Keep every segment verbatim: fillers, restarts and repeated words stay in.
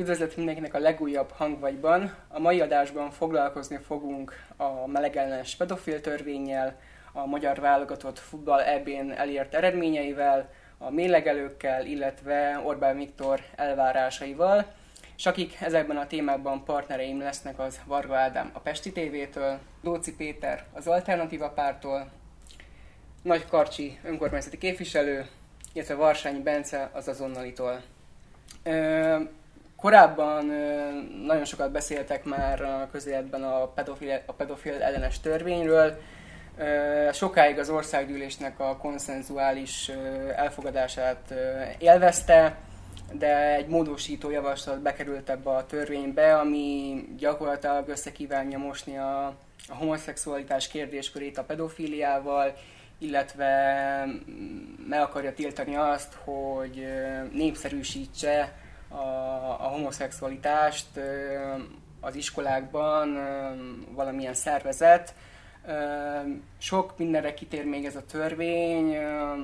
Üdvözlet mindenkinek a legújabb hangvagyban. A mai adásban foglalkozni fogunk a melegellenes pedofil törvénnyel, a magyar válogatott futball é bén elért eredményeivel, a mérlegelőkkel, illetve Orbán Viktor elvárásaival. És akik ezekben a témákban partnereim lesznek, az Varga Ádám a Pesti té vétől, Lóczy Péter az Alternatíva Pártól, Nagy Karcsi önkormányzati képviselő, illetve Varsányi Bence az Azonnalitól. Korábban nagyon sokat beszéltek már a közéletben a pedofil, a pedofil ellenes törvényről. Sokáig az országgyűlésnek a konszenzuális elfogadását élvezte, de egy módosító javaslat bekerült ebbe a törvénybe, ami gyakorlatilag összekívánja mosni a, a homoszexualitás kérdéskörét a pedofíliával, illetve meg akarja tiltani azt, hogy népszerűsítse a, a homoszexualitást az iskolákban valamilyen szervezet. Sok mindenre kitér még ez a törvény,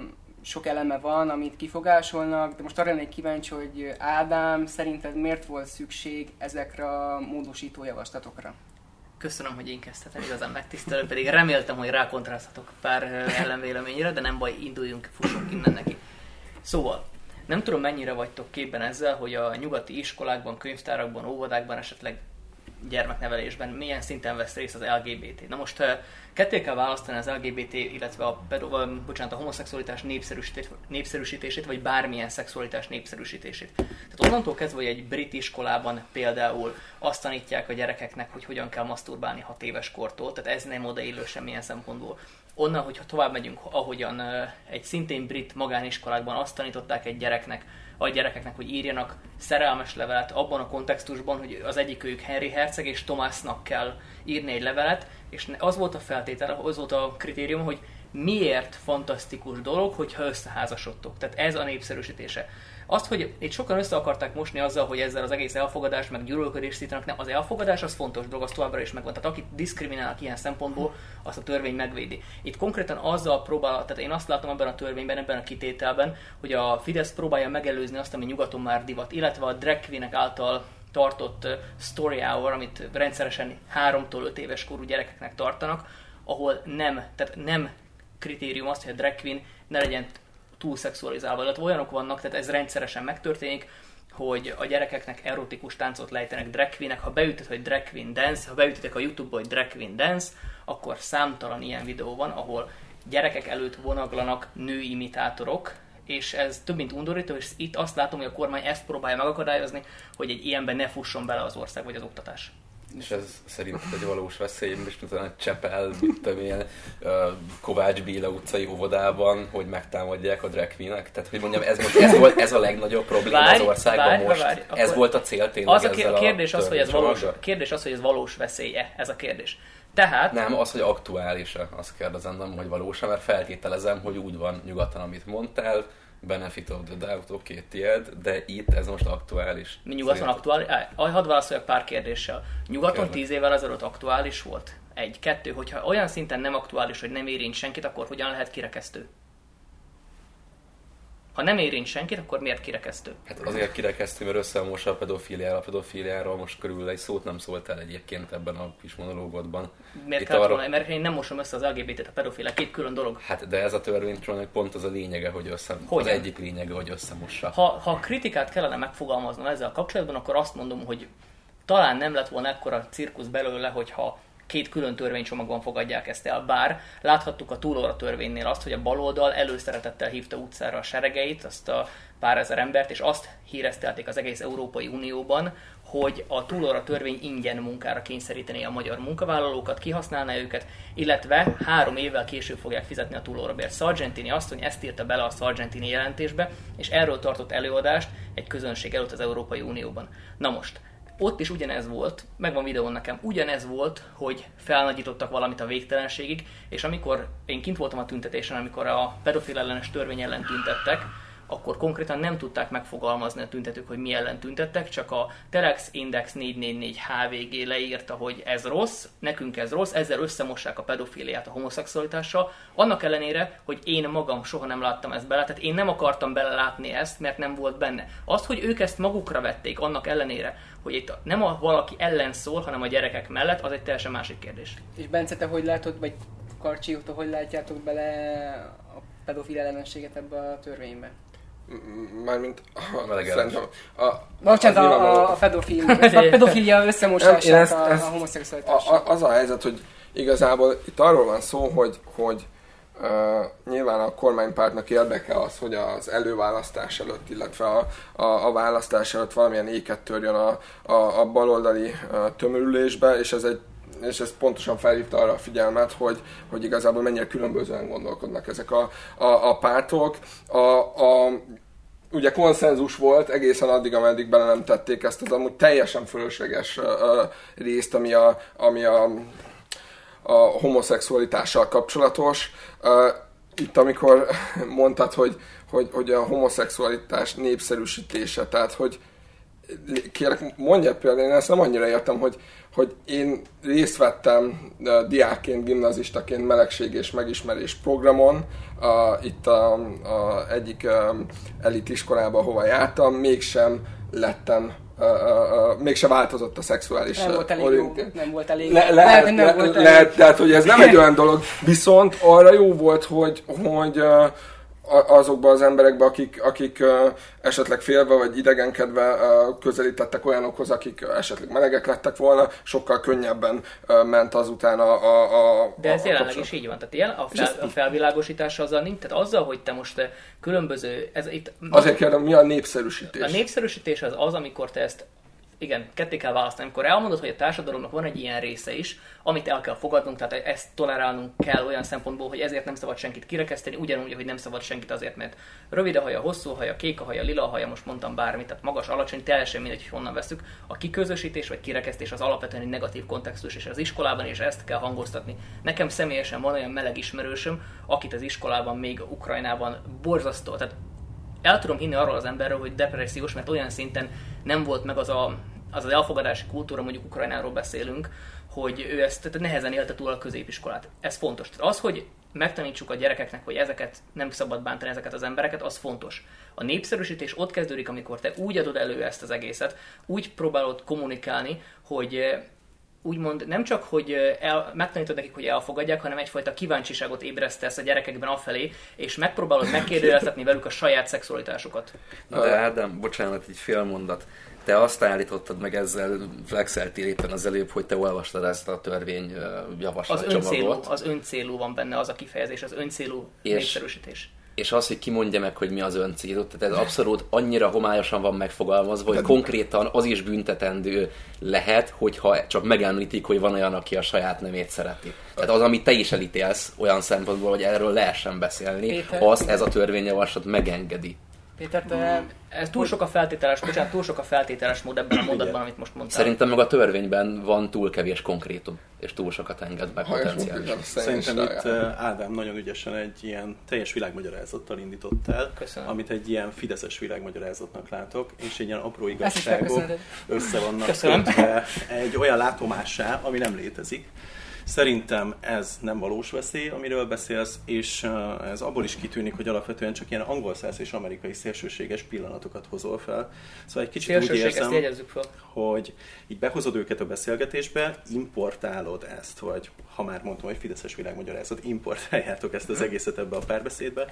sok eleme van, amit kifogásolnak, de most arra lennék kíváncsi, hogy Ádám, szerinted miért volt szükség ezekre a módosító javaslatokra? Köszönöm, hogy én kezdhetem, igazán megtisztelő, pedig reméltem, hogy rákontrázhatok pár ellenvéleményre, de nem baj, induljunk, fussunk innen neki. Szóval, nem tudom, mennyire vagytok képben ezzel, hogy a nyugati iskolákban, könyvtárakban, óvodákban, esetleg gyermeknevelésben milyen szinten vesz részt az el gé bé té. Na most ketté kell választani az el gé bé té, illetve a, pedo, bocsánat, a homoszexualitás népszerűsítését, népszerűsítését, vagy bármilyen szexualitás népszerűsítését. Tehát onnantól kezdve, hogy egy brit iskolában például azt tanítják a gyerekeknek, hogy hogyan kell maszturbálni hat éves kortól, tehát ez nem odaillő semmilyen szempontból. Onnan, hogyha tovább megyünk, ahogyan egy szintén brit magániskolákban azt tanították egy gyereknek, a gyerekeknek, hogy írjanak szerelmes levelet abban a kontextusban, hogy az egyikőjük Henry herceg és Thomasnak kell írni egy levelet, és az volt a feltétel, az volt a kritérium, hogy miért fantasztikus dolog, hogyha összeházasodtok. Tehát ez a népszerűsítése. Azt, hogy itt sokan össze akarták mosni azzal, hogy ezzel az egész elfogadás, meg gyűlölködést szítanak, nem, az elfogadás az fontos dolog, az továbbra is megvan. Tehát akit diszkriminálnak ilyen szempontból, azt a törvény megvédi. Itt konkrétan azzal próbál, tehát én azt látom ebben a törvényben, ebben a kitételben, hogy a Fidesz próbálja megelőzni azt, ami nyugaton már divat, illetve a drag queenek által tartott story hour, amit rendszeresen háromtól öt éves korú gyerekeknek tartanak, ahol nem, tehát nem kritérium az, hogy a drag queen ne legyen túl szexualizálva. Tehát olyanok vannak, tehát ez rendszeresen megtörténik, hogy a gyerekeknek erotikus táncot lejtenek drag queenek. Ha beütött, hogy drag queen dance, ha beütitek a YouTube-ba, hogy drag queen dance, akkor számtalan ilyen videó van, ahol gyerekek előtt vonaglanak nőimitátorok, és ez több mint undorító, és itt azt látom, hogy a kormány ezt próbálja megakadályozni, hogy egy ilyenben ne fusson bele az ország vagy az oktatás. És ez szerinted egy valós veszély, és mint a Csepel, mint ilyen uh, Kovács Béla utcai óvodában, hogy megtámadják a drag queenek? Tehát, hogy mondjam, ez, most, ez volt ez a legnagyobb probléma várj, az országban várj, most. Várj, ez volt a cél tényleg az a ezzel a kérdés az, hogy ez valós, kérdés az, hogy ez valós veszélye, ez a kérdés. Tehát... Nem, az, hogy aktuális-e, azt kérdezem, nem, hogy valós-e, mert feltételezem, hogy úgy van nyugaton, amit mondtál, benefit of the doubt, oké, okay, tiéd, de itt ez most aktuális. Mi nyugaton aktuális? Hadd válaszoljak pár kérdéssel. Nyugaton tíz évvel ezelőtt aktuális volt? Egy, kettő, hogyha olyan szinten nem aktuális, hogy nem érint senkit, akkor hogyan lehet kirekesztő? Ha nem érint senkit, akkor miért kirekesztő? Hát azért kirekesztő, mert összemossa a pedofíliára. A pedofíliáról most körül egy szót nem szóltál egyébként ebben a kis monológodban. Miért kellett arra... volna? Mert én nem mosom össze az el gé bé té-t, a pedofília, két külön dolog. Hát de ez a törvény pont az a lényege, hogy össze... az egyik lényege, hogy összemossa. Ha, ha kritikát kellene megfogalmaznom ezzel kapcsolatban, akkor azt mondom, hogy talán nem lett volna ekkora cirkusz belőle, hogyha két külön törvénycsomagban fogadják ezt el, bár láthattuk a túlóra törvénynél azt, hogy a baloldal előszeretettel hívta utcára a seregeit, azt a pár ezer embert, és azt híreztelték az egész Európai Unióban, hogy a túlóra törvény ingyen munkára kényszerítené a magyar munkavállalókat, kihasználná őket, illetve három évvel később fogják fizetni a túlórabért. Sargentini asszony ezt írta bele a Sargentini jelentésbe, és erről tartott előadást egy közönség előtt az Európai Unióban. Na most, ott is ugyanez volt, megvan videón nekem, ugyanez volt, hogy felnagyítottak valamit a végtelenségig, és amikor én kint voltam a tüntetésen, amikor a pedofil ellenes törvény ellen tüntettek, akkor konkrétan nem tudták megfogalmazni a tüntetők, hogy mi ellen tüntettek, csak a Telex Index négy négy négy há vé gé leírta, hogy ez rossz, nekünk ez rossz, ezzel összemossák a pedofíliát a homoszexualitással, annak ellenére, hogy én magam soha nem láttam ezt bele, tehát én nem akartam belelátni ezt, mert nem volt benne. Azt, hogy ők ezt magukra vették, annak ellenére, hogy itt nem a valaki ellen szól, hanem a gyerekek mellett, az egy teljesen másik kérdés. És Bence, te hogy látod, vagy Karcsi, hogy látjátok bele a pedofil ellenességet ebbe a törvénybe? Mármint szerintem a... Bocsánat, a, a, a pedofil, a pedofilia összemosását ezt, a, a homoszexualitással. Az a helyzet, hogy igazából itt arról van szó, hogy, hogy uh, nyilván a kormánypártnak érdeke az, hogy az előválasztás előtt, illetve a, a, a választás előtt valamilyen éket törjön a, a, a baloldali uh, tömörülésbe, és ez egy és ez pontosan felhívta arra a figyelmet, hogy, hogy igazából mennyire különbözően gondolkodnak ezek a, a, a pártok. A, a, ugye konszenzus volt egészen addig, ameddig bele nem tették ezt az amúgy teljesen fölösleges uh, részt, ami a, ami a, a homoszexualitással kapcsolatos. Uh, itt amikor mondtad, hogy, hogy, hogy a homoszexualitás népszerűsítése, tehát hogy kérlek, mondja például, én ezt nem annyira értem, hogy, hogy én részt vettem uh, diákként, gimnazistaként melegség és megismerés programon, uh, itt a, a egyik uh, elitiskolában, hova jártam, mégsem lettem, uh, uh, mégsem változott a szexuális nem volt elég orientáció. jó, nem volt elég le, lehet, nem le, volt lehet, elég. Tehát, hogy ez nem egy olyan dolog, viszont arra jó volt, hogy, hogy uh, azokban az emberekben, akik, akik uh, esetleg félve vagy idegenkedve uh, közelítettek olyanokhoz, akik esetleg melegek lettek volna, sokkal könnyebben uh, ment azután a, a, a De ez a jelenleg is így van. Tehát jelen, a, fel, a felvilágosítás azzal nincs. Tehát azzal, hogy te most különböző... Ez, itt, azért kérdem, mi a népszerűsítés? A népszerűsítés az az, amikor te ezt igen, ketté kell választani. Amikor elmondod, hogy a társadalomnak van egy ilyen része is, amit el kell fogadnunk, tehát ezt tolerálnunk kell olyan szempontból, hogy ezért nem szabad senkit kirekeszteni, ugyanúgy, hogy nem szabad senkit azért, mert rövid a haja, hosszú a haja, kék a haja, lila a haja, most mondtam bármit, tehát magas, alacsony, teljesen mindegy, hogy honnan veszük. A kiközösítés vagy kirekesztés az alapvetően egy negatív kontextus, és az iskolában is ezt kell hangoztatni. Nekem személyesen van olyan meleg ismerősöm, akit az iskolában, még Ukrajnában borzasztó, tehát el tudom hinni arról az emberről, hogy depressziós, mert olyan szinten nem volt meg az a, az, az elfogadási kultúra, mondjuk Ukrajnáról beszélünk, hogy ő ezt tehát nehezen élte túl a középiskolát. Ez fontos. Tehát az, hogy megtanítsuk a gyerekeknek, hogy ezeket nem szabad bántani, ezeket az embereket, az fontos. A népszerűsítés ott kezdődik, amikor te úgy adod elő ezt az egészet, úgy próbálod kommunikálni, hogy úgymond nem csak, hogy el, megtanítod nekik, hogy elfogadják, hanem egyfajta kíváncsiságot ébresztesz a gyerekekben afelé, és megpróbálod megkérdőjeleztetni velük a saját szexualitásukat. De Ádám, bocsánat, egy fél mondat. Te azt állítottad meg ezzel, flexeltél éppen az előbb, hogy te olvastad ezt a törvény javaslatcsomagot. Az öncélú, az öncélú van benne az a kifejezés, az öncélú és, népszerűsítés. És az, hogy ki mondja meg, hogy mi az öncélú, tehát ez abszolút annyira homályosan van megfogalmazva, hogy konkrétan az is büntetendő lehet, hogyha csak megemlítik, hogy van olyan, aki a saját nemét szereti. Tehát az, amit te is elítélsz olyan szempontból, hogy erről lehessen beszélni, Péter, azt ez a törvényjavaslat megengedi. Péter, te... Ez túl sok a feltételes, bocsánat, túl sok a feltételes mód ebben a mondatban, amit most mondtál. Szerintem meg a törvényben van túl kevés konkrétum, és túl sokat enged meg potenciálisan. Szerintem itt Ádám nagyon ügyesen egy ilyen teljes világmagyarázattal indított el, Köszönöm. Amit egy ilyen fideszes világmagyarázatnak látok, és egy ilyen apró igazságok össze vannak kötve egy olyan látomássá, ami nem létezik. Szerintem ez nem valós veszély, amiről beszélsz, és ez abból is kitűnik, hogy alapvetően csak ilyen angolszász és amerikai szélsőséges pillanatokat hozol fel. Szóval egy kicsit úgy érzem, hogy így behozod őket a beszélgetésbe, importálod ezt, vagy ha már mondtam, hogy fideszes világmagyarázat, importáljátok ezt az egészet ebbe a párbeszédbe,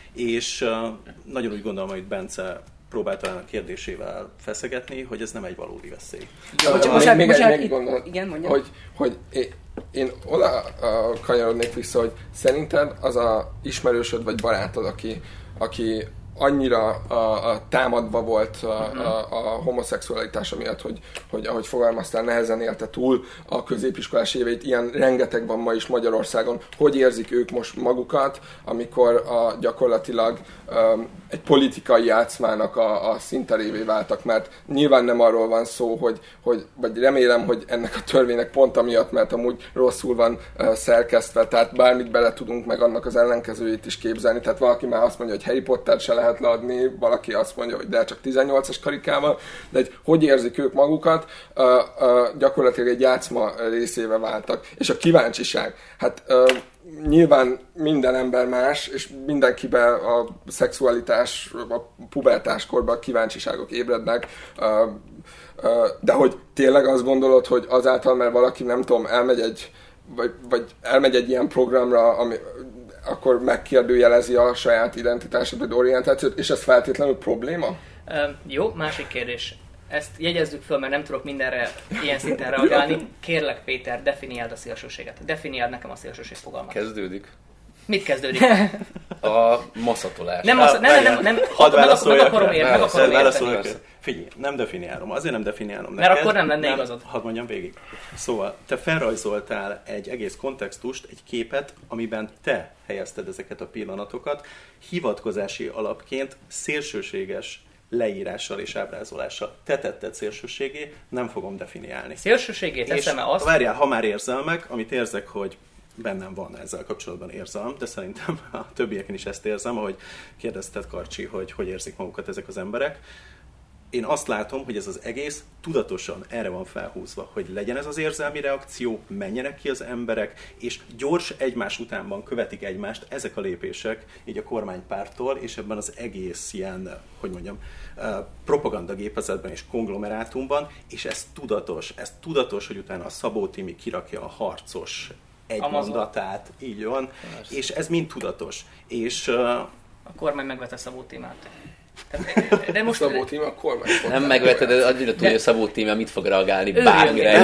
és nagyon úgy gondolom, hogy Bence próbálta a kérdésével feszegetni, hogy ez nem egy valódi veszély. Ja, bocsánat, bocsánat, még, bocsánat, még gondol, igen, mondjam. Hogy, hogy én, én oda uh, kanyarodnék vissza, hogy szerinted az a ismerősöd vagy barátod, aki, aki annyira a, a támadva volt a, a, a homoszexualitása miatt, hogy, hogy ahogy fogalmaztál, nehezen élte túl a középiskolás éveit, ilyen rengeteg van ma is Magyarországon. Hogy érzik ők most magukat, amikor a, gyakorlatilag um, egy politikai játszmának a, a színterévé váltak, mert nyilván nem arról van szó, hogy, hogy vagy remélem, hogy ennek a törvénynek pont amiatt, mert amúgy rosszul van uh, szerkesztve, tehát bármit bele tudunk meg annak az ellenkezőjét is képzelni, tehát valaki már azt mondja, hogy Harry Potter se lehet leadni, valaki azt mondja, hogy de csak tizennyolcas karikával, de hogy, hogy érzik ők magukat, uh, uh, gyakorlatilag egy játszma részébe váltak. És a kíváncsiság. Hát uh, nyilván minden ember más, és mindenkiben a szexualitás, a pubertáskorban kíváncsiságok ébrednek, uh, uh, de hogy tényleg azt gondolod, hogy azáltal, mert valaki nem tudom, elmegy egy vagy, vagy elmegy egy ilyen programra, ami akkor megkérdőjelezi a saját identitását, vagy orientációt, és ez feltétlenül probléma? Uh, jó, másik kérdés. Ezt jegyezzük föl, mert nem tudok mindenre ilyen szinten reagálni. Kérlek, Péter, definiáld a szélsőséget. Definiáld nekem a szélsőség fogalmat. Kezdődik. Mit kezdődik? A maszatolás. Nem, masza, nem, nem, nem, nem, hadd válaszoljak. Meg akarom érteni, meg akarom érteni. Figyelj, nem definiálom. Azért nem definiálom Mert neked. akkor nem lenne igazad. Hadd mondjam végig. Szóval, te felrajzoltál egy egész kontextust, egy képet, amiben te helyezted ezeket a pillanatokat, hivatkozási alapként szélsőséges leírással és ábrázolással. Te tetted szélsőségé, nem fogom definiálni. Szélsőségé teszem-e azt? Várjál, ha már érzelmek, amit érzek, hogy bennem van ezzel kapcsolatban érzem, de szerintem a többieken is ezt érzem, ahogy kérdezted, Karcsi, hogy hogy érzik magukat ezek az emberek. Én azt látom, hogy ez az egész tudatosan erre van felhúzva, hogy legyen ez az érzelmi reakció, menjenek ki az emberek, és gyors egymás utánban követik egymást ezek a lépések, így a kormánypártól, és ebben az egész ilyen, hogy mondjam, propagandagépezetben és konglomerátumban, és ez tudatos, ez tudatos, hogy utána a Szabó Timi kirakja a harcos egy Amazon. mondatát, így van, Persze. és ez mind tudatos. És, uh, a kormány megvette Szabó Timát. Tehát, de most Szabó Tíma a kormány. Nem megvetted, de annyira tudja, hogy Szabó Tíma mit fog reagálni bármire.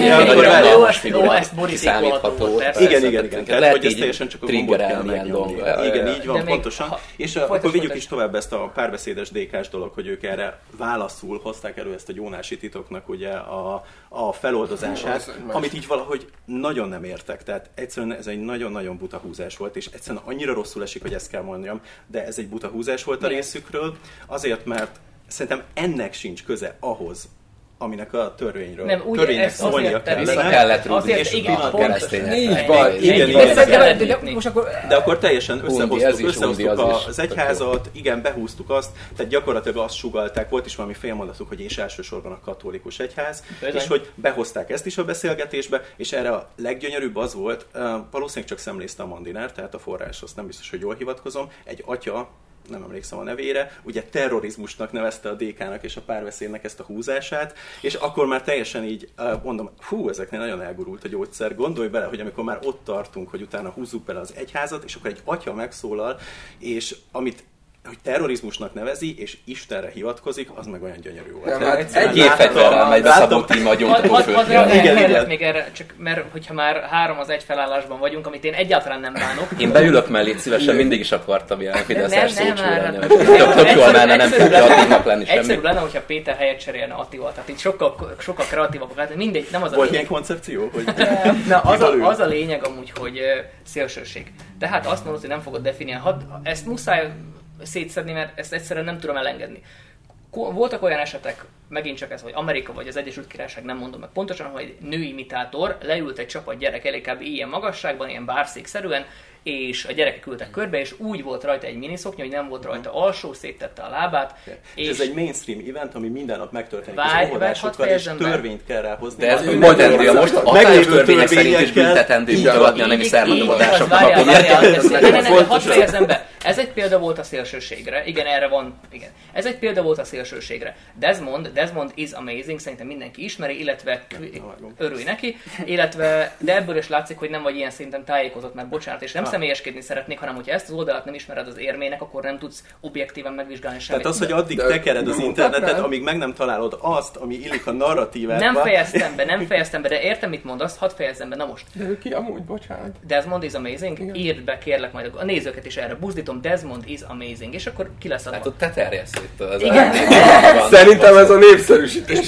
Jó, ezt borítékolható. Igen, igen, igen. Tehát, hogy ez teljesen csak a gombot kell megnyomni. Igen, így van, pontosan. És akkor vigyük is tovább ezt a párbeszédes dé ká-s dolog, hogy ők erre válaszul hozták elő ezt a gyónási titoknak ugye a, a feloldozását, amit így valahogy nagyon nem értek. Tehát egyszerűen ez egy nagyon-nagyon buta húzás volt, és egyszerűen annyira rosszul esik, hogy ezt kell mondjam, de ez egy buta húzás volt a részükről. Azért, mert szerintem ennek sincs köze ahhoz, aminek a törvényről, nem, úgy, törvénynek szólnia kellene. kellett rúgni, és igen, a keresztények. Így van, igen, igen. De akkor teljesen összehoztuk, összehoztuk az, az egyházat, igen, behúztuk azt, tehát gyakorlatilag azt sugallták, volt is valami félmondatuk, hogy és elsősorban a katolikus egyház, és hogy behozták ezt is a beszélgetésbe, és erre a leggyönyörűbb az volt, valószínűleg csak szemlézte a Mandiner, tehát a forráshoz nem biztos, hogy jól hivatkozom, egy atya, nem emlékszem a nevére, ugye terrorizmusnak nevezte a dé ká-nak és a párbeszédnek ezt a húzását, és akkor már teljesen így mondom, hú, ezeknél nagyon elgurult a gyógyszer, gondolj bele, hogy amikor már ott tartunk, hogy utána húzzuk bele az egyházat, és akkor egy atya megszólal, és amit hogy terrorizmusnak nevezi, és Istenre hivatkozik, az meg olyan gyönyörű volt. Nem, hát egy évfegyverrel megy a Szabó Tíma a gyógytatófőtjére. Igen, igen. Még erre, csak mert hogyha már három az egy felállásban vagyunk, amit én egyáltalán nem bánok. Én beülök mellé szívesen, mindig is akartam ilyen fideszes szócsúr lenni. Tök jól lenne, nem kreatívnak lenni semmi. Egyszerűbb lenne, hogyha Péter helyett cserélne Attival. Tehát itt sokkal, sokkal kreatívabbak. Mindegy, nem az a volt ilyen koncepció? Hogy na, az, a, az a lényeg amúgy, hogy szélsőség. Tehát azt mondod, hogy nem fogod definiálni. Ezt muszáj szétszedni, mert ezt egyszerűen nem tudom elengedni. Voltak olyan esetek, megint csak ez, hogy Amerika vagy az Egyesült Királyság, nem mondom meg pontosan, hogy egy nőimitátor leült egy csapat gyerek elé kb. Ilyen magasságban, ilyen bárszékszerűen, és a gyerekek ültek körbe, és úgy volt rajta egy miniszoknya, hogy nem volt rajta alsó, széttette a lábát. És, és ez egy mainstream event, ami minden nap megtörténik az óvodásokkal, és törvényt kell ráhozni. De ez modern, most a hatályos törvények szerint is büntetendő mutogatni a nemi szermadobadásoknak. Hadd fejezem be. Ez egy példa volt a szélsőségre. Igen, erre van. Igen. Ez egy példa volt a szélsőségre. Desmond, Desmond is amazing, szerintem mindenki ismeri, illetve örülj neki, illetve, de ebből is látszik, hogy nem vagy ilyen szinten tájékozott, mert bocsánat, és nem ah. személyeskedni szeretnék, hanem hogyha ezt az oldalt nem ismered az érmének, akkor nem tudsz objektíven megvizsgálni semmit. Tehát az, hogy addig tekered az internetet, amíg meg nem találod azt, ami illik a narratívádba. Nem fejeztem be, nem fejeztem be, de értem, mit mondasz, hadd fejezzem be, na most. De ő ki amúgy, bocsánat. Desmond is amazing, igen. Írd be, kérlek majd a nézőket is erre buzdítom, Desmond is amazing, és akkor ki lesz adva. Hát ott te terjesz itt az szerintem ez a népszerűsítés.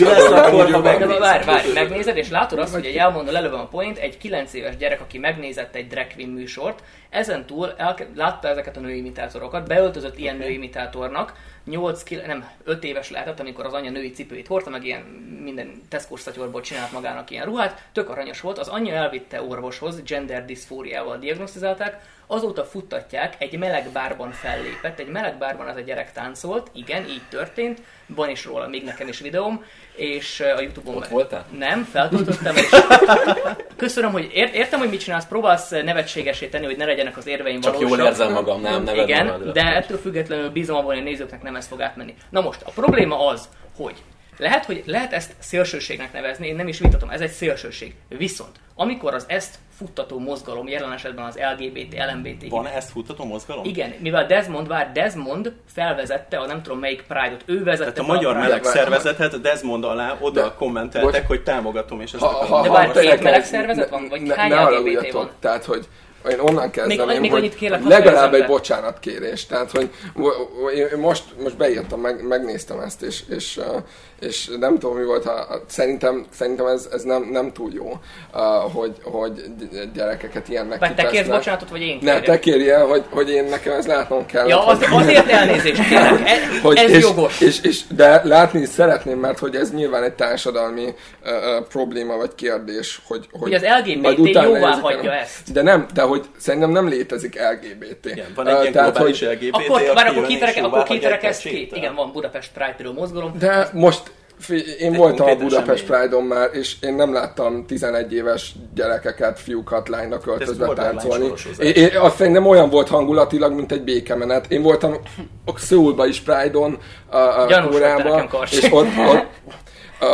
Várj, várj, megnézed, és látod azt, hogy egy elmondó lelövöm a point, egy kilenc éves gyerek, aki megnézett egy drag queen műsort, ezentúl elke- látta ezeket a nőimitátorokat, beöltözött ilyen nőimitátornak, nyolc, nem, öt éves lehetett, amikor az anyja női cipőit hordta, meg ilyen minden Tesco-s szatyorból csinált magának ilyen ruhát, tök aranyos volt, az anyja elvitte orvoshoz, gender diszfóriával diagnosztizálták, azóta futtatják, egy meleg bárban fellépett, egy meleg bárban az a gyerek táncolt, igen, így történt, van is róla még nekem is videóm, és a YouTube-on... Ott voltál? Nem, feltöltöttem, és köszönöm, hogy ért, értem, hogy mit csinálsz, próbálsz nevetségesé tenni, hogy ne legyenek az érveim Csak valósak. jól érzem magam, nem, neved igen, magadra. de ettől függetlenül bízom abban, hogy a nézőknek nem ez fog átmenni. Na most, a probléma az, hogy lehet, hogy lehet ezt szélsőségnek nevezni, én nem is vitatom, ez egy szélsőség. Viszont, amikor az ezt futtató mozgalom, jelen esetben az el gé bé té, el em bé té... Van ezt futtató mozgalom? Igen, mivel Desmond, vár Desmond felvezette a nem tudom melyik Pride-ot, ő vezette... Tehát a magyar meleg szervezetet Desmond alá oda de, kommenteltek, bocs, hogy támogatom, és ezt ha, ha, de bár két meleg szervezet van, vagy ne, hány ne el gé bé té van? Tehát, hogy én onnan kezdeném, még, hogy kérlek, legalább egy bocsánatkérés. Tehát, hogy én most, most beírtam, meg, megnéztem ezt, és, és, és nem tudom, mi volt, ha, szerintem, szerintem ez, ez nem, nem túl jó, hogy, hogy gyerekeket ilyennek kipesznek. Te kérsz bocsánatot, vagy én kérjek? Ne, te kérjél, hogy, hogy én nekem ezt látnom kell. Ja, az, azért elnézést kérek, ez, hogy, ez és, jogos. És, és, de látni is szeretném, mert hogy ez nyilván egy társadalmi uh, uh, probléma, vagy kérdés, hogy... Hogy, hogy az el gé bé té jóvá hagyja ezt. De nem, de hogy szerintem nem létezik el gé bé té. Igen, van egy ilyen tehát, globális hogy... el gé bé té, akkor, aki bár akkor jön kiterekeszt ki. Igen, van Budapest Pride mozgalom. De most én voltam a Budapest Pride-on már, és én nem láttam tizenegy éves gyerekeket, fiúkat, lánynak öltözve táncolni. Én, én azt szerintem olyan volt hangulatilag, mint egy békemenet. Én voltam Szöulban is Pride-on, a, a Kórában, és ott, ott a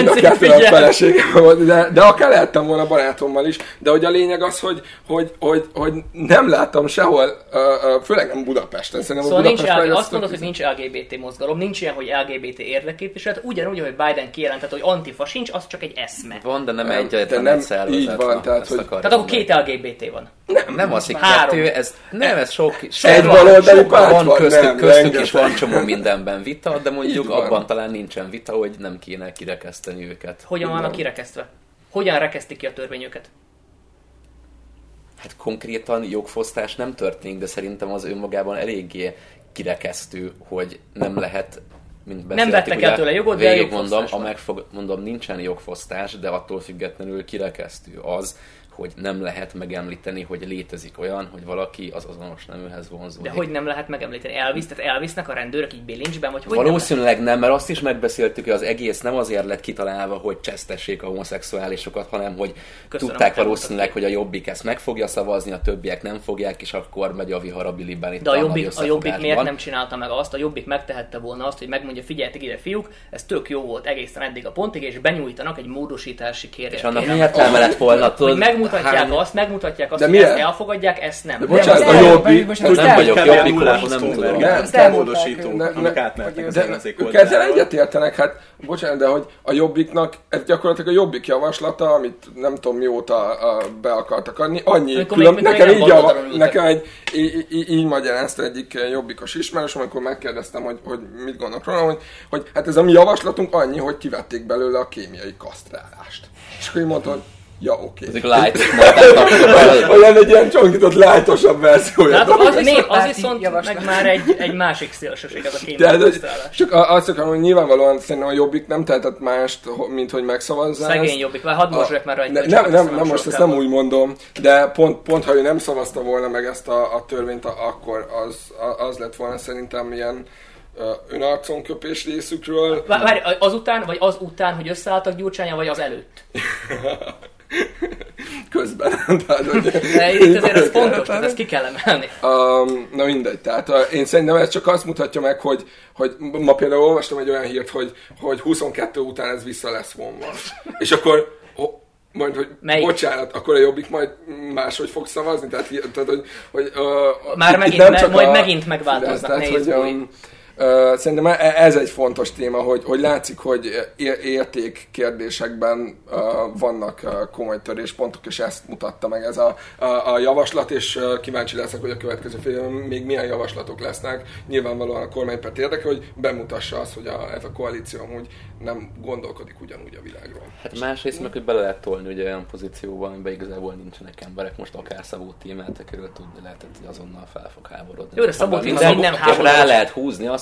feleségem volt, de, de akár lehettem volna barátommal is, de hogy a lényeg az, hogy, hogy, hogy, hogy nem láttam sehol, főleg nem Budapesten. Szóval a Budapest nincs el, azt mondod, hogy nincs el gé bé té mozgalom, nincs ilyen, hogy el gé bé té érdekképviselet, ugyanúgy, hogy Biden kijelentett, hogy antifa sincs, az csak egy eszme. Van, de nem, nem egyetlen egy szervezet. Így van, tehát, hogy... tehát akkor két el gé bé té van. Nem, nem az, hogy kettő, ez, nem, ez sok, sok egy baloldali párt van, van, köztük, nem, köztük is van csomó mindenben vita, de mondjuk abban talán nincsen vita, hogy nem kéne kirekeszteni őket. Hogyan vannak kirekesztve? Hogyan rekesztik ki a törvény őket? Hát konkrétan jogfosztás nem történik, de szerintem az önmagában eléggé kirekesztő, hogy nem lehet, mint beszéltük, nem vettek el tőle jogot, de jogfosztás mondom, a megfog, mondom, nincsen jogfosztás, de attól függetlenül kirekesztő az, hogy nem lehet megemlíteni, hogy létezik olyan, hogy valaki az azonos neműhez vonzódik. De hogy nem lehet megemlíteni? Elvisz, tehát elvisznek a rendőrök így bilincsben, vagy hogy valószínűleg nem, nem, mert azt is megbeszéltük, hogy az egész nem azért lett kitalálva, hogy csesztessék a homoszexuálisokat, hanem hogy Köszönöm, tudták valószínűleg, hogy a Jobbik ezt meg fogja szavazni, a többiek nem fogják, és akkor megy a vihar a biliben itt. De a Jobbik, a Jobbik miért nem csinálta meg azt? A Jobbik megtehette volna azt, hogy megmondja, figyeljetek ide fiúk, ez tök jó volt egészen eddig a pontig, és benyújtanak egy módosítási kérést. És annak mi értelme lett volna, tudod? Megmutatják hány... azt, megmutatják azt, de hogy ezt elfogadják, ezt nem. De bocsánat, a Jobbik... Nem vagyok Jobbikos, nem tudom. Ezt elmódosítunk, amik átmentek az ellenzék oldalra. Ezzel egyetértenek, hát bocsánat, de hogy a Jobbiknak, ez gyakorlatilag a Jobbik javaslata, amit nem tudom mióta be akartak adni, annyi külön, nekem így, java, nekem egy, így, így, így magyarázta egyik jobbikos ismerős, amikor megkérdeztem, hogy, hogy mit gondolok róla, hogy, hogy hát ez a mi javaslatunk annyi, hogy kivették belőle a kémiai kasztrálást. És akkor így mondta, hogy ja, oké. Ezek light-os olyan egy ilyen csonkított light-osabb verziója. Hát az, az, az viszont meg már egy, egy másik szélsőség, ez a kémiai kasztrálás. Csak azt akarom, hogy nyilvánvalóan szerintem a Jobbik nem tehetett mást, mint hogy megszavazzál. Szegény Jobbik, már hadd mosolyok már rajta. Nem, nem, nem most ezt nem úgy mondom, de pont, pont ha ő nem szavazta volna meg ezt a, a törvényt, akkor az, az lett volna szerintem ilyen önarconköpés részükről. Várj, azután, vagy az után, hogy összeálltak Gyurcsánnyal, vagy az előtt? Közben. Tehát, hogy de itt azért ez fontos, tehát ezt ki kell emelni. Um, na mindegy, tehát uh, én szerintem ez csak azt mutatja meg, hogy, hogy ma például olvastam egy olyan hírt, hogy, hogy huszonkettő után ez vissza lesz vonva. És akkor oh, majd, hogy melyik? Bocsánat, akkor a Jobbik majd máshogy fog szavazni? Tehát, tehát hogy, hogy uh, már megint, me, majd a, megint megváltoznak, tehát, hogy, um, Uh, szerintem ez egy fontos téma, hogy, hogy látszik, hogy érték kérdésekben uh, vannak uh, komoly töréspontok, és ezt mutatta meg ez a, a, a javaslat, és uh, kíváncsi leszek, hogy a következő fél még milyen javaslatok lesznek. Nyilvánvalóan a kormánypárt érdeke, hogy bemutassa azt, hogy a, ez a koalíció amúgy nem gondolkodik ugyanúgy a világról. Hát másrészt meg, hogy bele lehet tolni ugye olyan pozícióba, amiben igazából nincsenek emberek. Most akár Szabó Tímát körül tudni lehetett, hogy azonnal fel fog háborodni. Jó, de Szabó Tím nem háborodott. Rá lehet húzni azt,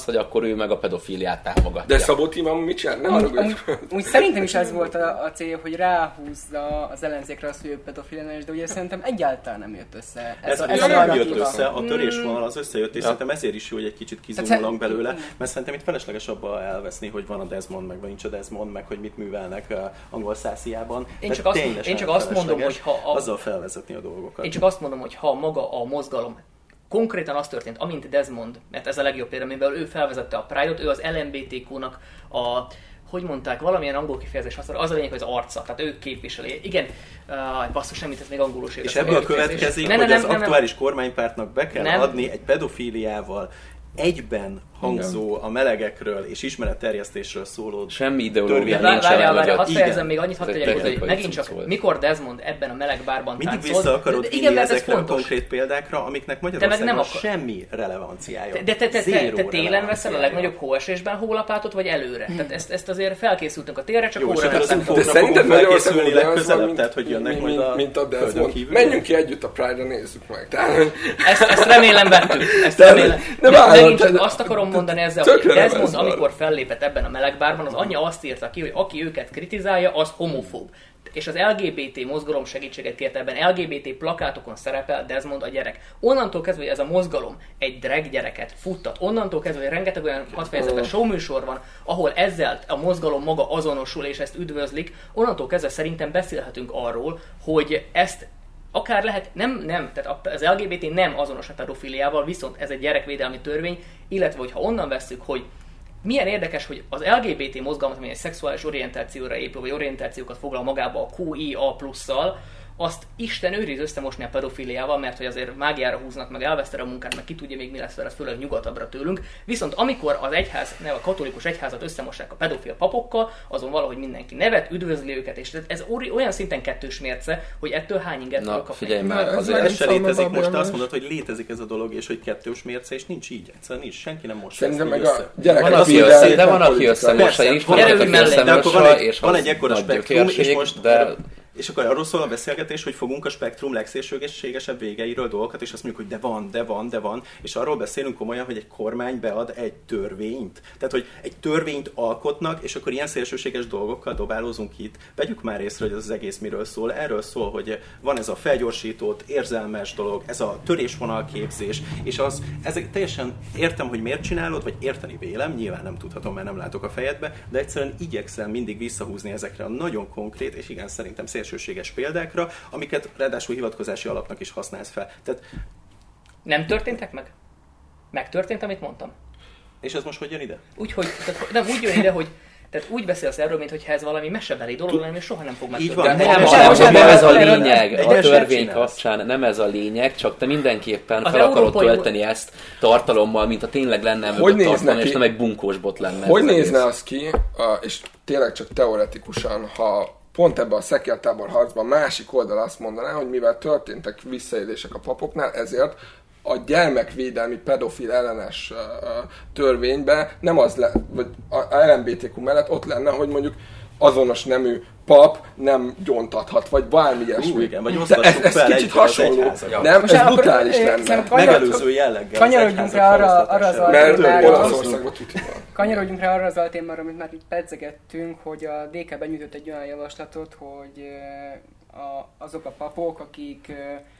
hogy akkor ő meg a pedofiliát támogatja. De Szabó Tímán mit csinál? Ne arra úgy, úgy szerintem is ez volt a, a cél, hogy ráhúzza az ellenzékre azt, hogy ő pedofiliás, de ugye szerintem egyáltalán nem jött össze. Ez, ez, a, ez ez nem jött össze, a törésvonal az összejött, és ja. szerintem ezért is jó, hogy egy kicsit kizumulunk belőle, mert szerintem itt felesleges abba elveszni, hogy van a Desmond, meg nincs a Desmond, meg hogy mit művelnek uh, angol szásziában. Én csak azt, én csak azt mondom, hogy ha a, azzal felvezetni a dolgokat. Én csak azt mondom, hogy ha maga a mozgalom konkrétan az történt, amint Desmond, mert ez a legjobb példa, amivel ő felvezette a Pride-ot, ő az el em bé té kú-nak a, hogy mondták, valamilyen angol kifejezés használ, az a lényeg, hogy az arca, tehát ő képviseli. Igen, uh, basszus, semmit, ez még angolul sem. És ebből következik, hogy nem, az nem, aktuális nem, kormánypártnak be kell nem. adni egy pedofíliával egyben hangzó a melegekről és ismeretterjesztésről szóló semmi ideológia nincs. Várjál, várjál, hadd fejezem még annyit, hadd tegyek, hogy megint csak szól. Mikor Desmond ebben a meleg bárban mindig táncol, vissza akarod de, vinni igen, ezekre a konkrét példákra, amiknek Magyarországon semmi relevanciája. De te, te, te, te télen veszel a legnagyobb hóesésben hólapátot, vagy előre? Tehát ezt, ezt azért felkészültünk a térre, csak hóra nem. De szerintem Magyarországon legközelebb, tehát hogy jönnek majd a mint a Desmond. Menjünk ki együtt a Pride-ra, nézzük meg. Ezt remélem vettük. Ezt remélem. Megint csak azt akarom mondani ezzel, hogy Desmond, amikor fellépett ebben a melegbárban, az anyja azt írta ki, hogy aki őket kritizálja, az homofób. És az el gé bé té mozgalom segítséget kért ebben. el gé bé té plakátokon szerepel Desmond a gyerek. Onnantól kezdve, hogy ez a mozgalom egy drag gyereket futtat, onnantól kezdve, hogy rengeteg olyan hatfejezetes showműsor van, ahol ezzel a mozgalom maga azonosul és ezt üdvözlik, onnantól kezdve szerintem beszélhetünk arról, hogy ezt akár lehet, nem, nem, tehát az el gé bé té nem azonos a pedofiliával, viszont ez egy gyerekvédelmi törvény, illetve hogyha onnan vesszük, hogy milyen érdekes, hogy az el gé bé té mozgalmat, ami egy szexuális orientációra épül, vagy orientációkat foglal magába a kú i á plusszal, azt Isten őriz összemosni a pedofiliával, mert hogy azért mágiára húznak, meg elvesztere a munkát, meg ki tudja még mi lesz vele, főleg nyugatabbra tőlünk. Viszont amikor az egyház, ne a katolikus egyházat összemossák a pedofil papokkal, azon valahogy mindenki nevet, üdvözli őket, és ez olyan szinten kettős mérce, hogy ettől hány inget Na, kapni. figyelj már, azért ez se létezik, most azt mondod, hogy létezik ez a dolog, és hogy kettős mérce, és nincs így. Egyszerűen nincs, senki nem most ezt meg össze. Van, aki össze, de van, aki összemossa, én is van, aki összemossa, és van egy ekkora spektrum, és most de... És akkor arról szól a beszélgetés, hogy fogunk a spektrum legszélsőségesebb végeiről dolgokat, és azt mondjuk, hogy de van, de van, de van, és arról beszélünk komolyan, hogy egy kormány bead egy törvényt. Tehát, hogy egy törvényt alkotnak, és akkor ilyen szélsőséges dolgokkal dobálózunk itt. Vegyük már észre, hogy ez az egész miről szól. Erről szól, hogy van ez a felgyorsított, érzelmes dolog, ez a törésvonalképzés, és az, ezek teljesen értem, hogy miért csinálod, vagy érteni vélem, nyilván nem tudhatom, mert nem látok a fejedbe, de egyszerűen igyekszem mindig visszahúzni ezekre a nagyon konkrét, és igen, szerintem szélsőséges példákra, amiket ráadásul hivatkozási alapnak is használsz fel. Tehát... Nem történtek meg? Megtörtént, amit mondtam. És ez most hogy jön ide? Úgy, hogy, tehát, nem úgy jön ide, hogy tehát úgy beszélsz erről, mintha ez valami mesebeli dolog lenne, és soha nem fog megtörténni. Nem, nem, nem, nem ez a lényeg, a törvény kapcsán nem ez a lényeg, csak te mindenképpen fel akarod tölteni ezt tartalommal, mint a tényleg lenne mögött tartalom, és nem egy bunkós bot lenne. Hogy nézne az ki, és tényleg csak teoretikusan, ha pont ebben a szekértábor harcban másik oldal azt mondaná, hogy mivel történtek visszaélések a papoknál, ezért a gyermekvédelmi pedofil ellenes uh, törvényben nem az le, vagy a el em bé té kú mellett ott lenne, hogy mondjuk azonos nemű pap nem gyóntathat, vagy bármi ilyesmi. Igen, vagy osztassuk ez, ez fel kicsit hasonló. Ja. Nem, ez brutális lenne. Megelőző jelleggel. Kanyarodjunk rá arra, arra az altémára, kanyarodjunk rá arra az altémára, amit már itt pedzegettünk, hogy a dé ká benyújtott egy olyan javaslatot, hogy a, azok a papok, akik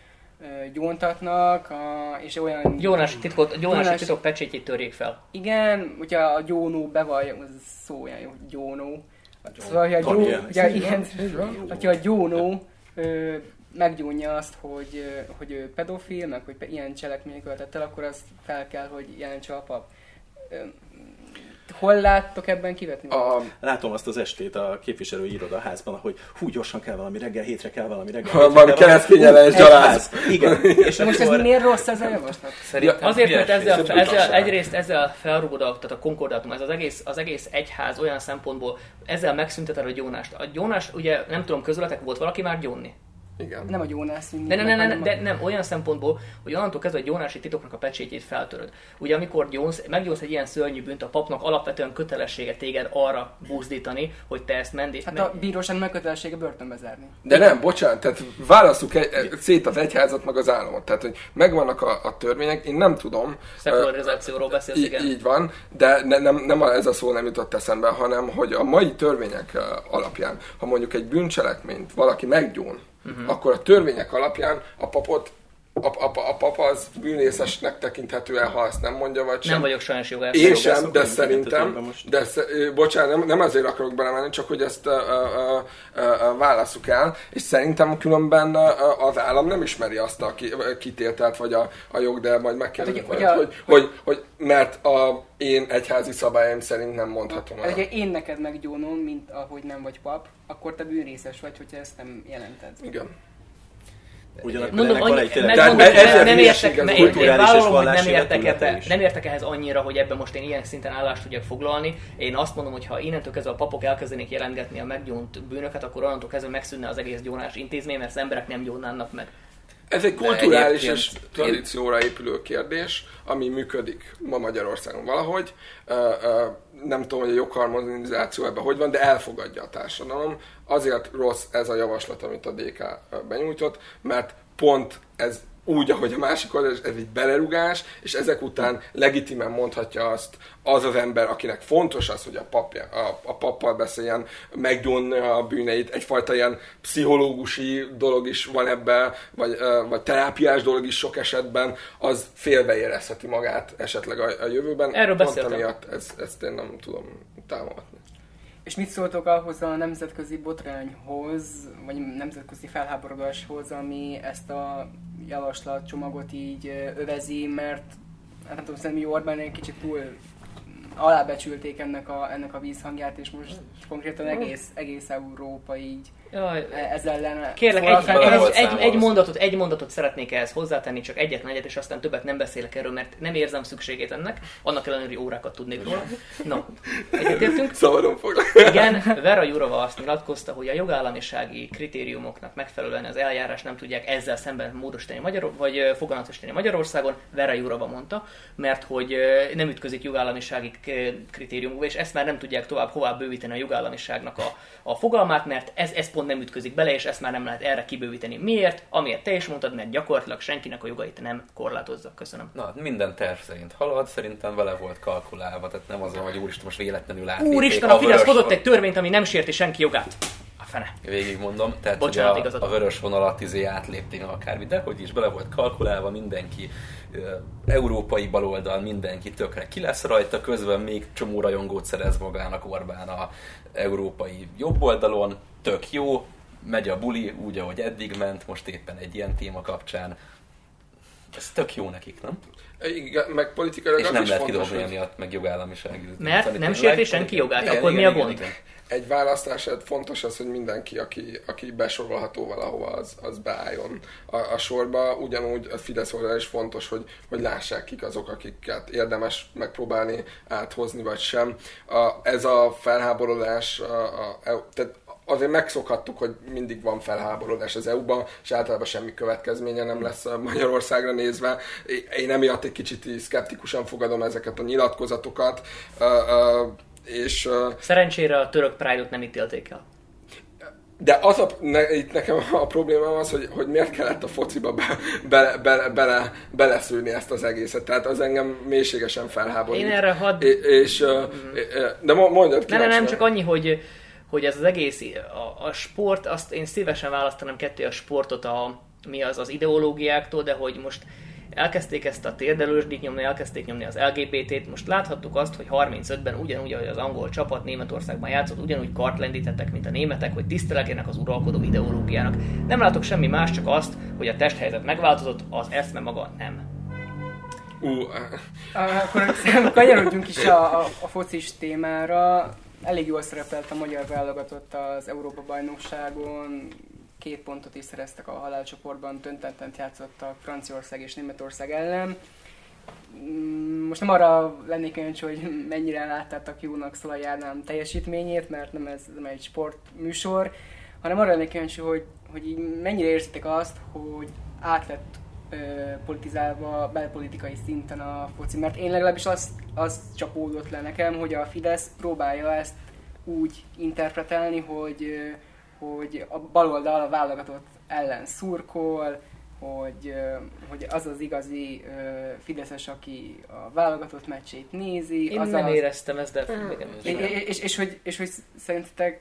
gyóntatnak, a, és olyan... Gyónási titkot, gyónási titok pecsétjét törjék fel. Igen, hogyha a gyónó bevallja, az szó olyan jó, gyónó. Szóval, hogyha a, gyó, ugye, igen, hogyha a gyónó ö, meggyónja azt, hogy, hogy ő pedofil, meg hogy ilyen cselekmények követett el, akkor azt fel kell, hogy jelentse a pap. Ö, Hol láttok ebben kivetni? A... Látom azt az estét a képviselői irodaházban, hogy hú, gyorsan kell valami reggel, hétre kell valami reggel. Ha van keresztényelens gyaláz. Igen. És most ez miért rossz ez a javaslat? Szerintem azért, mert ezzel, ezzel, egyrészt ezzel felrugod a, tehát a konkordátum, ez az egész, az egész egyház olyan szempontból, ezzel megszünteted a gyónást. A gyónás, ugye nem tudom, közületek volt valaki már gyónni? Igen. Nem a Jónás de, ne, ne, ne, ne, de nem olyan szempontból, hogy onnantól kezdve a gyónási titoknak a pecsétjét feltöröd. Ugye amikor gyónsz, meggyónsz egy ilyen szörnyű bűnt, a papnak alapvetően kötelessége téged arra buzdítani, hogy te ezt mendi. Hát a bíróságnak meg kötelessége börtönbe zárni. De nem, bocsánat, tehát válasszuk egy, szét az egyházat meg az államot. Tehát, hogy megvannak a, a törvények, én nem tudom. Szekularizációról beszélsz, igen. Így van, de ne, nem, nem ez a szó nem jutott eszembe, hanem hogy a mai törvények alapján, ha mondjuk egy bűncselekményt valaki meggyón, uh-huh. akkor a törvények alapján a papot A, a, a papa az bűnészesnek tekinthető el, ha ezt nem mondja, vagy sem. Nem vagyok sajnos jogász. Én sem, de szerintem, de sz, bocsánat, nem, nem azért akarok belemenni, csak hogy ezt a, a, a, a, válasszuk el, és szerintem különben az állam nem ismeri azt a kitételt, vagy a, a jog, de majd megkérdezik, hát, hogy, hogy, hogy, hogy, hogy, mert a én egyházi szabályaim szerint nem mondhatom el. Ha én neked meggyónom, mint ahogy nem vagy pap, akkor te bűnrészes vagy, hogyha ezt nem jelented. Igen. Ugyanakkor mondom, ennek van egy megmondom, nem, nem értek, én vállalom, hogy nem értek, ebbe, nem értek ehhez annyira, hogy ebben most én ilyen szinten állást tudjak foglalni. Én azt mondom, hogy ha innentől kezdve a papok elkezdenék jelentgetni a meggyónt bűnöket, akkor onnantól kezdve megszűnne az egész gyónás intézmény, mert az emberek nem gyónnának meg. Ez egy kulturális és tradícióra épülő kérdés, ami működik ma Magyarországon valahogy. Nem tudom, hogy a jogharmonizáció ebben hogy van, de elfogadja a társadalom. Azért rossz ez a javaslat, amit a dé ká benyújtott, mert pont ez úgy, ahogy a másik oldal, ez egy belerugás, és ezek után legitimen mondhatja azt az az ember, akinek fontos az, hogy a, papja, a, a pappal beszéljen, meggyónja a bűneit, egyfajta ilyen pszichológusi dolog is van ebben, vagy, vagy terápiás dolog is sok esetben, az félbeérezheti magát esetleg a, a jövőben. Erről beszéltem. Emiatt ez, ezt én nem tudom támogatni. És mit szóltok ahhoz a nemzetközi botrányhoz, vagy nemzetközi felháborodáshoz, ami ezt a javaslatcsomagot így övezi, mert hát nem tudom, szerintem Orbán egy kicsit túl alábecsülték ennek a, ennek a vízhangját, és most konkrétan egész, egész Európa így Jaj, ez ellen... Kérlek, egy, egy, egy, egy, mondatot, egy mondatot szeretnék ehhez hozzátenni, csak egyetlen egyet, és aztán többet nem beszélek erről, mert nem érzem szükségét ennek, annak ellenére, hogy órákat tudnék róla. No, egyetértünk. Szabadon foglak. Igen, Vera Jourova azt nyilatkozta, hogy a jogállamisági kritériumoknak megfelelően az eljárás nem tudják ezzel szemben módosítani Magyar, vagy foganatosítani Magyarországon. Vera Jourova mondta, mert hogy nem ütközik jogállamisági kritériumokba, és ezt már nem tudják tovább hová bővíteni a jogállamiságnak a, a fogalmát, mert ez, ez pont nem ütközik bele, és ezt már nem lehet erre kibővíteni. Miért? Amiért te is mondtad, mert gyakorlatilag senkinek a jogait nem korlátozza. Köszönöm. Na, minden terv szerint halad, szerintem vele volt kalkulálva, tehát nem az, hogy úristen most véletlenül átlépték. Úristen, a Fidesz hozott egy törvényt, ami nem sérti senki jogát. A fene. Végig mondom, tehát Bocsánat, ugye a, a vörös vonalat izé átlépték akármi, de hogy is bele volt kalkulálva, mindenki uh, európai baloldal, mindenki tökre ki lesz rajta, közben még csomó rajongót szerez magának Orbán a európai jobb oldalon, tök jó, megy a buli úgy, ahogy eddig ment, most éppen egy ilyen téma kapcsán. Ez tök jó nekik, nem? Igen, meg politikailag és az nem is lehet fontos, kidobni emiatt, meg jogállamiság. Mert nem sérti senki jogát, igen, akkor igen, mi a igen, gond? igen. Egy választását fontos az, hogy mindenki, aki, aki besorolható valahova, az, az beálljon a, a sorba. Ugyanúgy a Fidesz oldalán is fontos, hogy, hogy lássák kik azok, akiket érdemes megpróbálni áthozni, vagy sem. A, ez a felháborodás, a, a, tehát azért megszokhattuk, hogy mindig van felháborodás az é u-ban, és általában semmi következménye nem lesz Magyarországra nézve. Én emiatt egy kicsit szkeptikusan fogadom ezeket a nyilatkozatokat. És, szerencsére a török Pride-ot nem ítélték el. De az a, ne, itt nekem a problémám az, hogy, hogy miért kellett a fociba be, be, be, bele, beleszűrni ezt az egészet. Tehát az engem mélységesen felháborít. Én erre hadd... És, és, mm. De mondjad ki. Nem, nem, csak annyi, hogy, hogy ez az egész, a, a sport, azt én szívesen választanám ketté a sportot a, mi az, az ideológiáktól, de hogy most elkezdték ezt a térdelősdit nyomni, elkezdték nyomni az el gé bé té-t. Most láthattuk azt, hogy harmincötben ugyanúgy, ahogy az angol csapat Németországban játszott, ugyanúgy kartlendítettek, mint a németek, hogy tisztelegjenek az uralkodó ideológiának. Nem látok semmi más, csak azt, hogy a testhelyzet megváltozott, az eszme maga nem. Uh. Akkor kanyarodjunk is a, a, a focis témára. Elég jól szerepelt a magyar válogatott az Európa-bajnokságon. Két pontot is szereztek a halálcsoportban, döntetlen játszottak Franciaország és Németország ellen. Most nem arra lennék kíváncsi, hogy mennyire láttátok jónak Szalai Ádám teljesítményét, mert nem ez nem egy sportműsor, hanem arra lennék kíváncsi, hogy, hogy így mennyire érzitek azt, hogy át lett ö, politizálva belpolitikai szinten a foci, mert én legalábbis azt, azt csapódott le nekem, hogy a Fidesz próbálja ezt úgy interpretálni, hogy, hogy a baloldal a válogatott ellen szurkol, hogy, hogy az az igazi fideszes, aki a válogatott meccsét nézi. Én az nem az... éreztem ezt, de... És, és, és, és, hogy, és hogy szerintetek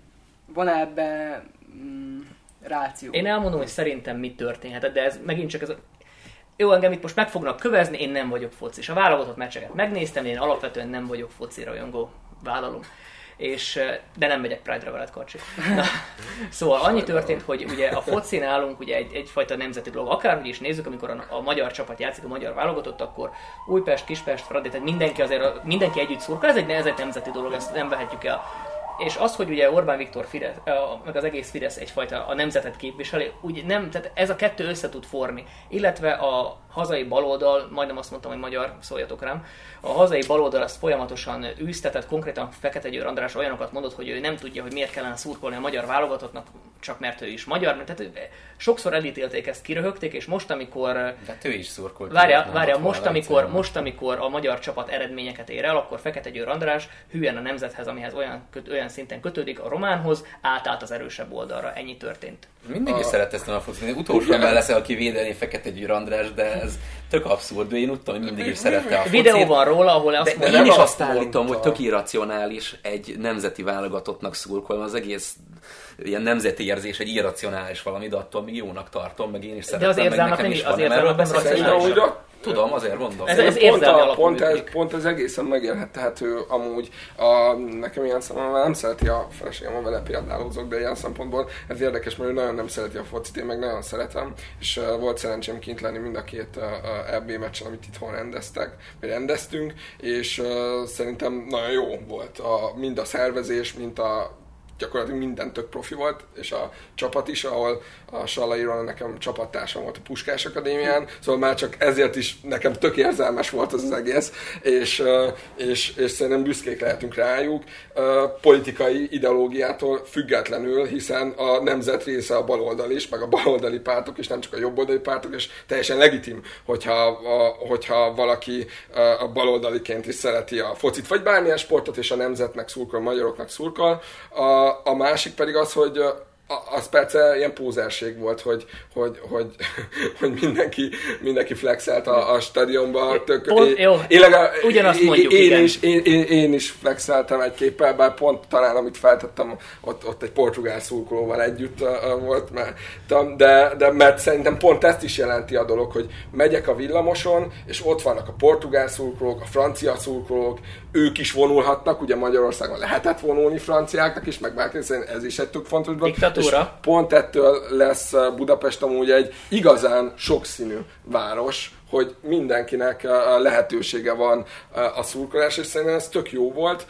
van ebben mm, ráció? Én elmondom, hogy szerintem mi történhetett, de ez megint csak ez a... Jó, engem itt most meg fognak kövezni, én nem vagyok foci. És a válogatott meccseket megnéztem, én alapvetően nem vagyok foci rajongó, vállalom. És, de nem megyek Pride-ra veled, Karcsi. Na, szóval annyi történt, hogy ugye a focin nálunk ugye egy, egyfajta nemzeti dolog. Akárhogy is nézzük, amikor a, a magyar csapat játszik, a magyar válogatott, akkor Újpest, Kispest, Fradi, tehát mindenki azért, mindenki együtt szurkol, ez egy, ez egy nemzeti dolog, ezt nem vehetjük el. És az, hogy ugye Orbán Viktor Fidesz, meg az egész Fidesz egyfajta a nemzetet képviseli, úgy nem, tehát ez a kettő össze tud forni. Illetve a hazai baloldal, majdnem azt mondtam, hogy magyar, szóljatok rám, a hazai baloldal azt folyamatosan űztetett, konkrétan Fekete Győr András olyanokat mondott, hogy ő nem tudja, hogy miért kellene szurkolni a magyar válogatottnak, csak mert ő is magyar. Tehát sokszor elítélték ezt, kiröhögték, és most, amikor... De ő is szurkolt. Várja, várja most, amikor, most, amikor a magyar csapat eredményeket ér el, akkor Fekete Győr András hülyen a nemzethez, amihez olyan, olyan szinten kötődik, a románhoz, átállt az erősebb oldalra. Ennyi történt. Mindenki a... szeret ezt a focit. Utolsó ember leszel, aki védeni Fekete Győr András, de ez tök abszurd. Én úgy tudom, hogy mindig is szerette a focit. Videó van róla, ahol azt mondja, én is azt állítom, hogy tök irracionális egy nemzeti válogatottnak szurkolni. Az egész ilyen nemzeti érzés, egy irracionális valami, de attól még jónak tartom, meg én is szeretem. De az érzelmek nem is, az érzelmek nem racionális. Tudom, azért mondom. Ez, ez pont, a, pont, ez, pont ez egészen megélhethető amúgy. A, nekem ilyen szempontból nem szereti a feleségem, vele példálózok, de ilyen szempontból ez érdekes, mert ő nagyon nem szereti a focit, én meg nagyon szeretem, és uh, volt szerencsém kint lenni mind a két uh, é bé meccsen, amit itthon rendeztek, vagy rendeztünk, és uh, szerintem nagyon jó volt a, mind a szervezés, mind a gyakorlatilag minden tök profi volt, és a csapat is, ahol a Sallairól nekem csapattársam volt a Puskás Akadémián, szóval már csak ezért is nekem tök érzelmes volt az az egész, és, és, és szerintem büszkék lehetünk rájuk, politikai ideológiától függetlenül, hiszen a nemzet része a baloldal is, meg a baloldali pártok is, nem csak a jobboldali pártok, és teljesen legitim, hogyha, a, hogyha valaki a baloldaliként is szereti a focit, vagy bármilyen sportot, és a nemzetnek szurkol, a magyaroknak szurkol. A, a másik pedig az, hogy az persze ilyen pózerség volt, hogy, hogy, hogy, hogy mindenki, mindenki flexelt a, a stadionban. Tök, pont, jó, én, legalább, ugyanazt én, mondjuk, én igen. Is, én, én, én is flexeltem egy képpel, bár pont talán amit feltettem, ott, ott egy portugál szurkolóval együtt uh, volt, mert, de, de mert szerintem pont ezt is jelenti a dolog, hogy megyek a villamoson, és ott vannak a portugál szurkolók, a francia szurkolók, ők is vonulhatnak, ugye Magyarországon lehetett vonulni franciáknak is, meg bárki, ez is egy tök fontos dolog. És pont ettől lesz Budapest amúgy egy igazán sokszínű város, hogy mindenkinek lehetősége van a szurkolás, és szerintem ez tök jó volt,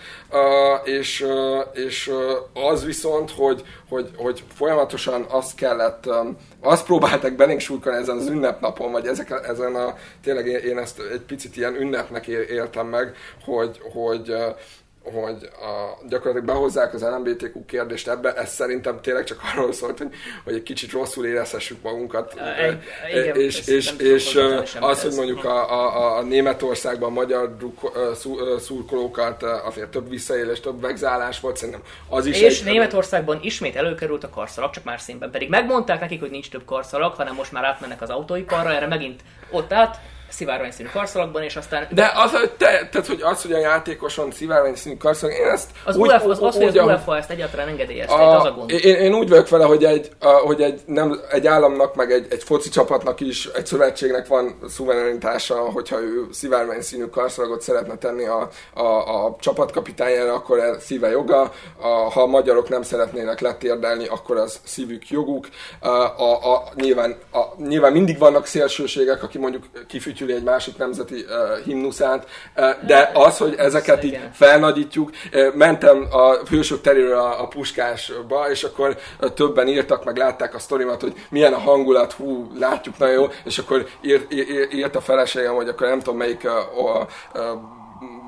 és, és az viszont, hogy, hogy, hogy folyamatosan azt kellett, azt próbáltak belénk súlykolni ezen az ünnepnapon, vagy ezek, ezen a, tényleg én ezt egy picit ilyen ünnepnek éltem meg, hogy, hogy hogy a, gyakorlatilag behozzák az el em bé té kú kérdést ebbe, ez szerintem tényleg csak arról szólt, hogy, hogy egy kicsit rosszul érezhessük magunkat. Egy, igen, és és, és az, hogy mondjuk a, a, a Németországban a magyar druk, szurkolókat azért több visszaélés, több vegzálás volt, szerintem az is. És egy, Németországban ismét előkerült a karszalag, csak más színben. Pedig megmondták nekik, hogy nincs több karszalag, hanem most már átmennek az autóiparra, erre megint ott át, szivárványszínű karszalagban, és aztán... De az, hogy, te, tehát, hogy az, hogy a játékoson szivárványszínű karszalag, én ezt... Az, úgy, UEFA, az, az úgy, hogy az UEFA ezt egyáltalán engedélyezte, a, az a gond. Én, én úgy vagyok vele, hogy egy, a, hogy egy, nem, egy államnak, meg egy, egy foci csapatnak is, egy szövetségnek van szuverenitása, hogyha ő szivárványszínű karszalagot szeretne tenni a, a, a csapatkapitányára, akkor ez szíve joga. A, ha a magyarok nem szeretnének letérdelni, akkor az szívük joguk. A, a, a, nyilván, a, nyilván mindig vannak szélsőségek, aki mondjuk kifütyüli egy másik nemzeti uh, himnuszát, uh, de az, hogy ezeket így felnagyítjuk, uh, mentem a Hősök teréről a, a Puskásba, és akkor uh, többen írtak, meg látták a sztorimat, hogy milyen a hangulat, hú, látjuk, nagyon jó, és akkor írt, írt, írt a feleségem, hogy akkor nem tudom melyik uh, uh,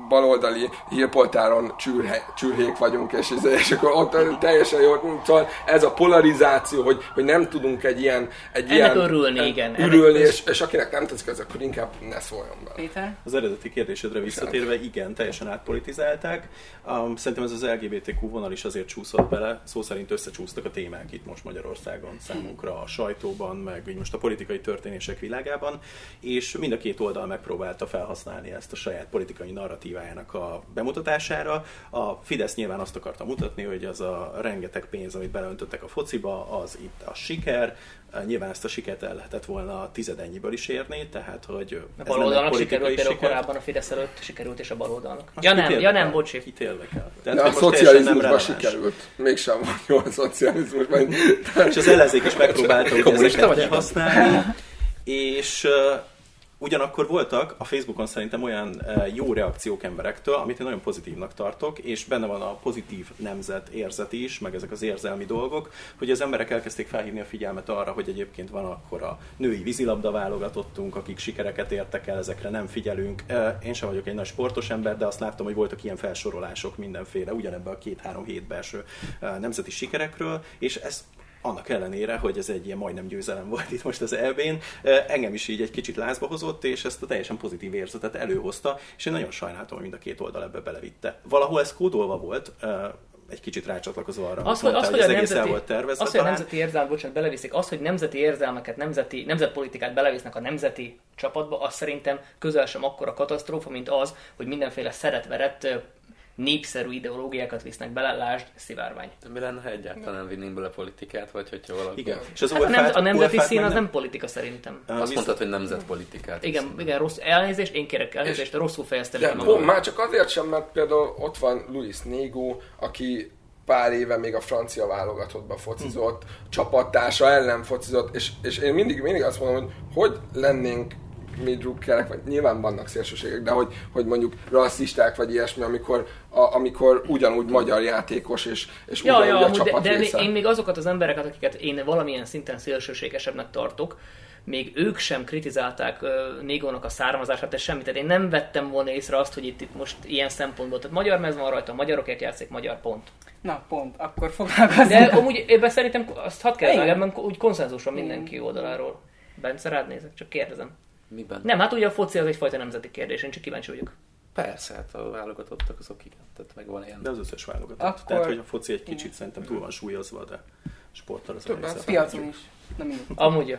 baloldali hírportáron csürhe, csürhék vagyunk, és, és akkor ott teljesen jó, szóval ez a polarizáció, hogy, hogy nem tudunk egy ilyen, egy ilyen örülni, igen. Ürülni, és, és akinek nem tetszik ez, akkor inkább ne szóljon be. Péter? Az eredeti kérdésedre visszatérve, igen, teljesen átpolitizálták. Um, szerintem ez az el gé bé té kú vonal is azért csúszott bele, szó szerint összecsúsztak a témák itt most Magyarországon számunkra, a sajtóban, meg így most a politikai történések világában, és mind a két oldal megpróbálta felhasználni ezt a saját politikai narratívájának a bemutatására. A Fidesz nyilván azt akarta mutatni, hogy az a rengeteg pénz, amit beleöntöttek a fociba, az itt a siker. Nyilván ezt a sikert el lehetett volna tizedennyiből is érni, tehát hogy a baloldalnak sikerült, például korábban a Fidesz előtt sikerült, és a baloldalnak. Ja nem, ja nem, bocsi. Kit érdekel. De a szocializmusban sikerült. Mégsem van jó a szocializmusban. És az ellenzék is megpróbálta, hogy ezeket használni. És ugyanakkor voltak a Facebookon szerintem olyan jó reakciók emberektől, amit én nagyon pozitívnak tartok, és benne van a pozitív nemzet érzet is, meg ezek az érzelmi dolgok, hogy az emberek elkezdték felhívni a figyelmet arra, hogy egyébként van akkor a női vízilabda válogatottunk, akik sikereket értek el, ezekre nem figyelünk. Én sem vagyok egy nagy sportos ember, de azt láttam, hogy voltak ilyen felsorolások mindenféle, ugyanebben a két-három hét belső nemzeti sikerekről, és ez annak ellenére, hogy ez egy ilyen majdnem győzelem volt itt most az é bén, engem is így egy kicsit lázba hozott, és ezt a teljesen pozitív érzetet előhozta, és én nagyon sajnáltam, hogy mind a két oldal ebbe belevitte. Valahol ez kódolva volt, egy kicsit rácsatlakozva arra, az, hogy, mondta, az, hogy, hogy az egész nemzeti, el volt tervezve. Az, hogy a nemzeti érzelmet, bocsánat, beleviszik, az, hogy nemzeti érzelmeket, nemzeti, nemzetpolitikát belevisznek a nemzeti csapatba, az szerintem közel sem akkora katasztrófa, mint az, hogy mindenféle szeretverett népszerű ideológiákat visznek bele, lásd, szivárvány. De mi lenne, ha egyáltalán nem vinnénk bele politikát, vagy hogyha valaki... Igen. És az hát a, nem, a nemzeti szín az nem politika szerintem. Azt visz... mondtad, hogy nemzetpolitikát. Igen, igen, rossz elnézést, én kérek elnézést, de rosszul fejeztem ki magam. Már csak azért sem, mert például ott van Luis Negó, aki pár éve még a francia válogatottba focizott, hmm. csapattársa ellen focizott, és, és én mindig, mindig azt mondom, hogy hogy lennénk mi drukkerek, vagy nyilván vannak szélsőségek, de hogy, hogy mondjuk rasszisták, vagy ilyesmi, amikor, a, amikor ugyanúgy magyar játékos, és, és ja, ugyanúgy ja, a csapat de, de része. én még azokat az embereket, akiket én valamilyen szinten szélsőségesebbnek tartok, még ők sem kritizálták uh, Négónak a származását, és semmit. Tehát én nem vettem volna észre azt, hogy itt, itt most ilyen szempontból. Tehát magyar mez van rajta, magyarokért játszik, magyar pont. Na pont, akkor foglalkozzunk. De amúgy ebben szerintem azt hadd kell legalább, úgy konszenzus van mindenki oldaláról. Bence, rád nézek, csak kérdezem. Miben? Nem, hát ugye a foci az egyfajta nemzeti kérdés, én csak kíváncsi vagyok. Persze, hát a válogatottak azok igen, tehát meg van ilyen. De az összes válogatott. Akkor... Tehát, hogy a foci egy kicsit szerintem túl van súlyozva, de sporttal az a piacon is. Nem így. Amúgy.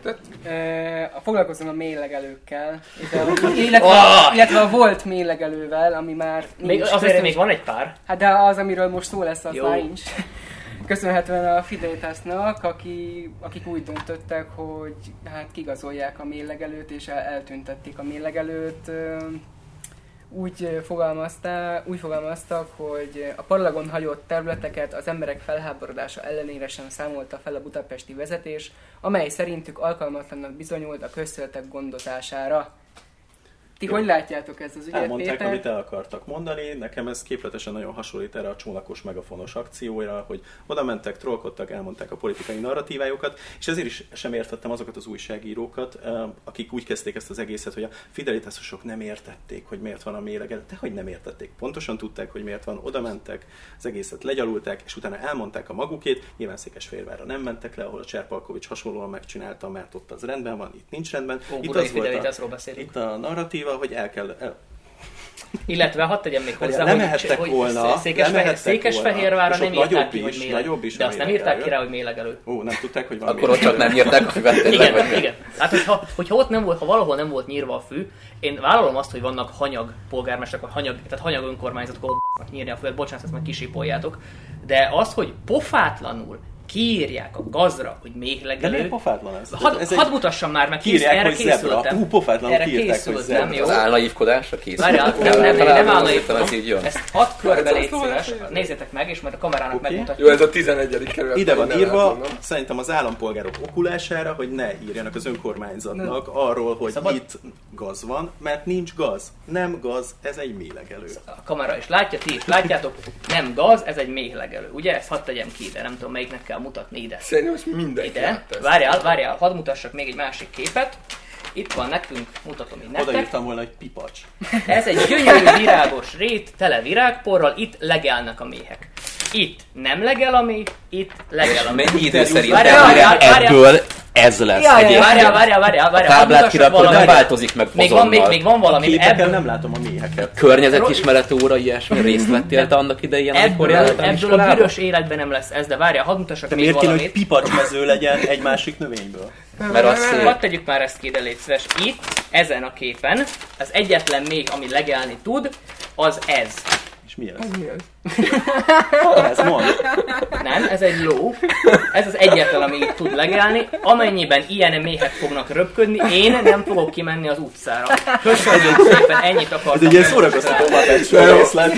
A foglalkozom a mélylegelőkkel, illetve, oh! illetve a volt mélylegelővel, ami már... Még, azért köztön... még van egy pár. Hát de az, amiről most szó lesz, az jó. Már nincs. Köszönhetően a Fidelitasnak, aki, akik úgy döntöttek, hogy hát kigazolják a mérlegelőt, és el, eltüntették a mérlegelőt. Úgy, fogalmazták, úgy fogalmaztak, hogy a parlagon hagyott területeket az emberek felháborodása ellenére sem számolta fel a budapesti vezetés, amely szerintük alkalmatlannak bizonyult a közszöltek gondozására. Ti hogy látjátok ezt az ügyet, Elmondták, Péter? amit el akartak mondani. Nekem ez képletesen nagyon hasonlít erre a csónakos megafonos akcióra, hogy oda mentek, trollkodtak, elmondták a politikai narratívájukat, és ezért is sem értettem azokat az újságírókat, akik úgy kezdték ezt az egészet, hogy a fidelitasosok nem értették, hogy miért van a mélylegelő. De hogy nem értették? Pontosan tudták, hogy miért van, oda mentek, az egészet legyalulták, és utána elmondták a magukét. Nyilván Székesfehérvárra nem mentek le, ahol a Cserpalkovics hasonlóan megcsinálta, mert ott az rendben van, itt nincs rendben. Ó, itt az volt a, itt a narratív, hogy el kell... El... Illetve hadd tegyem még hozzá, nem mehettek hogy, volna, hogy Székesfehér, Székesfehérvárra nem írták ki, hogy mélylegelő. De azt nem írták ki rá, hogy mélylegelő. Ó, nem tudták, hogy van akkor ott csak nem írták a füvet. Igen, vagy igen. Hát hogyha, hogyha ott nem volt, ha valahol nem volt nyírva a fű, én vállalom azt, hogy vannak hanyag polgármesterek, vagy hanyag, tehát hanyag önkormányzatok, ahol nyírni a füvet, bocsánat, ezt majd kisípoljátok. De az, hogy pofátlanul kiírják a gazra, hogy méhlegelő. De pofátlan ez? Hadd ez had mutassam már, meg kész, erre hogy készültem. Hú, pofátlanul kiírták, hogy zebra. Az álnaívkodásra készült. Várjál, nem, nem, nem, nem álnaívkodom. Ez ezt hadd körbe légy szíves, nézzétek meg, és majd a kamerának okay. megmutatjuk. Jó, ez a tizenegyedik kerület. Ide van írva, szerintem az állampolgárok okulására, hogy ne írjanak az önkormányzatnak no. arról, hogy Szabad? Itt gaz van, mert nincs gaz. Nem gaz, ez egy méhlegelő. A kamera is látja, ti is látjátok, nem gaz, ez egy méhlegelő. Ugye? Ezt hadd tegyem ki ide, nem tudom melyiknek kell mutatni ide. Szerintem most mindenki ide. Várjál, várjál, hadd mutassak még egy másik képet. Itt van nekünk, mutatom így nektek. Odaírtam volna, hogy pipacs. Ez egy gyönyörű virágos rét, tele virágporral, itt legelnek a méhek. Itt nem legel a méh, itt legel a méh. Mennyi idő szerint ebből ez lesz. Várjál, várjál, várjál, várjál. A táblát kirakod, nem változik meg még van, még, még van valami. Ebből nem látom a méheket. Környezetismereti óra, ilyesmi részt vettél te annak idején, amikor jártál ebből a büdös életben nem lesz ez, de várjál, hadd mutassak még valamit. De miért kéne, hogy pipacsmező legyen egy másik növényből? Mert azt szép. Hadd tegyük már ezt ki, de légy szíves. Itt, ezen a képen, az egyetlen méh, ami legelni tud, az ez. És mi ez? Ez mi ez? Ez mond. Nem, ez egy ló. Ez az egyetlen, ami itt tud legelni. Amennyiben ilyen méhek fognak röpködni, én nem fogok kimenni az utcára. Köszönjük szépen, ennyit akartam. Ez egy ilyen szórakoztató részlet.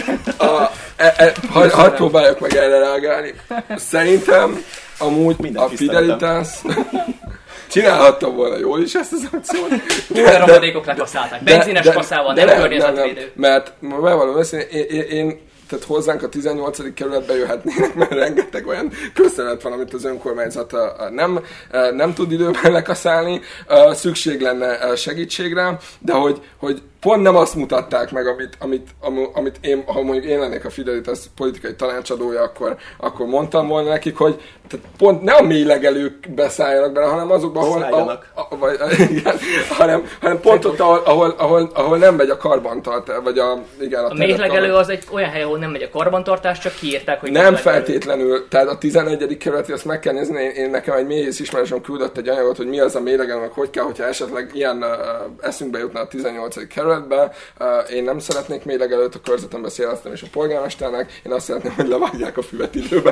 Hadd próbáljak meg erre reagálni. Szerintem amúgy a Fidelitas csinálhattam volna jól is ezt az akciót. Milyen romadékok lekaszálták. Benzines kaszával, nem környezetvédő. Mert bevallom őszintén, én, én, én tehát hozzánk a tizennyolcadik kerületbe jöhetnének, mert rengeteg olyan köszönet van, amit az önkormányzat nem, nem tud időben lekaszálni, szükség lenne segítségre, de hogy, hogy pont nem azt mutatták meg, amit, amit, amit én, ha mondjuk én lennék a Fidelitas politikai tanácsadója, akkor, akkor mondtam volna nekik, hogy tehát pont ne a mélylegelők beszálljanak bele, hanem azokban, ahol, a, a, vagy, igen, hanem, hanem pont ott, ahol, ahol, ahol, ahol nem megy a karbantartás, vagy a, igen, a, a mélylegelő az egy olyan hely, ahol nem megy a karbantartás, csak kiírták, hogy nem feltétlenül, tehát a tizennegyedik kerületi, azt meg kell nézni, én, én nekem egy méhész ismerősöm küldött egy anyagot, hogy mi az a mélylegelő, meg hogy kell, hogyha esetleg ilyen uh, eszünkbe jutna a tizennyolcadik kerületbe. Uh, én nem szeretnék mélylegelőt a körzetembe széleszteni, és a polgármesternek, én azt szeretném, hogy levágják a füvet időben.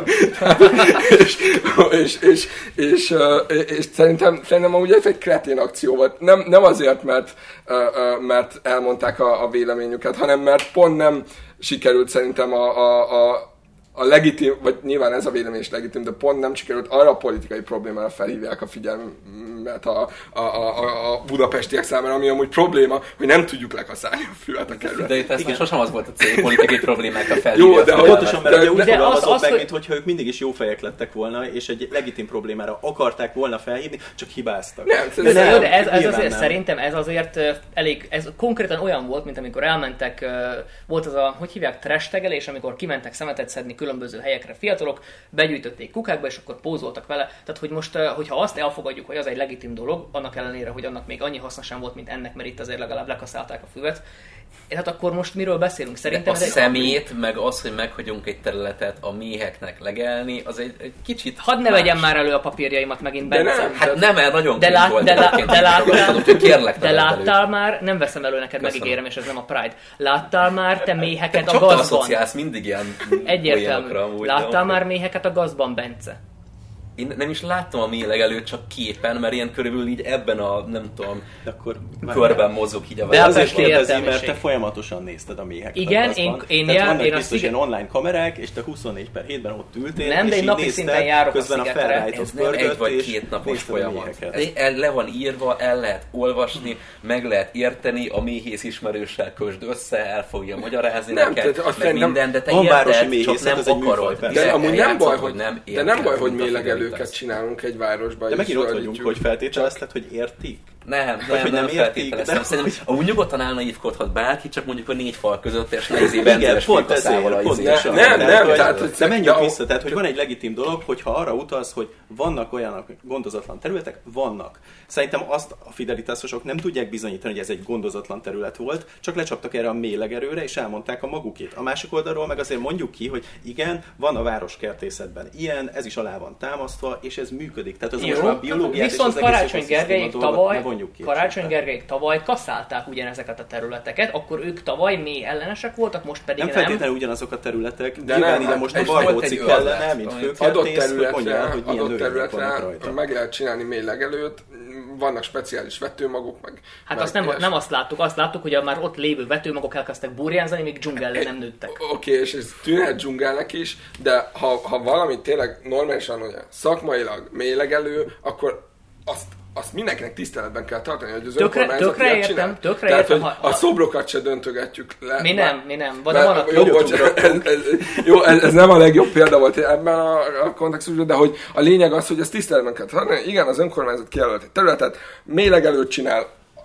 és, és, és, és, uh, és szerintem, szerintem amúgy ez egy kretén akció volt. Nem, nem azért, mert, uh, uh, mert elmondták a, a véleményüket, hanem mert pont nem sikerült szerintem a, a, a, a legitim, vagy nyilván ez a vélemény is legitim, de pont nem sikerült arra a politikai problémára felhívják a figyelmet a, a, a, a budapestiek számára, ami amúgy probléma, hogy nem tudjuk lekaszálni a füvet a kerületet. De itt ez sosem az volt a cél, politikai problémákra felhívni. Jó, de pontosan, mert ugye úgy fogalmazott meg, mint hogyha ők mindig is jó fejek lettek volna, és egy legitim problémára akarták volna felhívni, csak hibáztak. Nem, de, de, nem, de ez, ez azért nem. Szerintem ez azért elég, ez konkrétan olyan volt, mint amikor elmentek, volt az a, hogy hívják, trash-tegelés, amikor kimentek szemetet szedni különböző helyekre fiatalok, begyűjtötték kukákba, és akkor pózoltak vele. Tehát, hogy most, hogyha azt elfogadjuk, hogy az egy legitim dolog, annak ellenére, hogy annak még annyi haszna sem volt, mint ennek, mert itt azért legalább lekaszálták a füvet. Hát akkor most miről beszélünk? Szerintem a szemét, egy... meg az, hogy meghagyunk egy területet a méheknek legelni, az egy, egy kicsit hadd ne vegyem már elő a papírjaimat megint, Bence. Nem, hát nem, mert nagyon de lát, volt. De, lá, de, láttál, kérlek, de láttál elő. Már, nem veszem elő neked, Köszönöm. Megígérem, és ez nem a Pride. Láttál már te méheket te a gazban? Asszociálsz mindig ilyen egyértelmű. Amúgy, láttál már méheket a gazban, Bence? Én nem is láttam a mélylegelőt, csak képen, mert ilyen körülbelül így ebben a, nem tudom, akkor körben mozog így a város. De azért kérdezi, mert te folyamatosan nézted a méheket. Igen, én, én jár, vannak én biztos ilyen online kamerák, és te huszonnégy per hétben ott ültél, nem, de én napi szinten járok közben a szigetre. A ez nem egy vagy két napos folyamat. El, le van írva, el lehet olvasni, meg lehet érteni, a méhész ismerőssel közd össze, el fogja magyarázni nem, neked, tehát meg minden, de te érted, csak nem akarod. De amúgy nem baj, hogy de nem baj, hogy mélylegelőket csinálunk egy városban. De megint ott vagyunk, hogy feltételezted, hogy értik? Nem, nem, nem, nem feltételeztem. Szerintem amúgy nyugodtan elnaívkodhat bárki, csak mondjuk a négy fal között, és ne izé benzeres félkaszával a izé. Nem, nem, tehát... De menjünk vissza, tehát hogy van egy legitim dolog, hogyha arra utalsz, hogy vannak olyanok gondozatlan területek, vannak. Szerintem azt a fidelitásosok nem tudják bizonyítani, hogy ez egy gondozatlan terület volt, csak lecsaptak erre a mélylegerőre, és elmondták a magukét. A másik oldalról meg azért mondjuk ki, hogy igen, van a városkertészetben ilyen, ez is alá van támasztva, és ez működik. Tehát az most a biológiát és az egész Gergelyék tavaly, Karácsony Gergelyék tavaly kaszálták ugyanezeket a területeket, akkor ők tavaly mély ellenesek voltak, most pedig nem. Nem feltétlenül ugyanazok a területek, de nem, ide most a Bargóci kellene, mint főkertész, hogy mondja, hogy milyen adott területre meg lehet csinálni mélylegelőt, vannak speciális vetőmagok, meg... Hát azt nem, nem azt láttuk, azt láttuk, hogy a már ott lévő vetőmagok elkezdtek burjánzani, még dzsungellé nem nőttek. Oké, okay, és ez tűnhet dzsungelnek is, de ha, ha valami tényleg normálisan, ugye, szakmailag mélylegelő, akkor azt azt mindenkinek tiszteletben kell tartani, hogy az tökre, önkormányzat tökre ilyet értem, csinál. Tökre Tehát, értem, hogy ha, a szobrokat se döntögetjük le. Mi nem, mi nem. Van, van jó, bocsánat, ez, ez, jó, ez, ez nem a legjobb példa volt ebben a, a kontextusban, de hogy a lényeg az, hogy ezt tiszteletben kell tartani. Igen, az önkormányzat kijelölt egy területet, mélylegelőt csinál,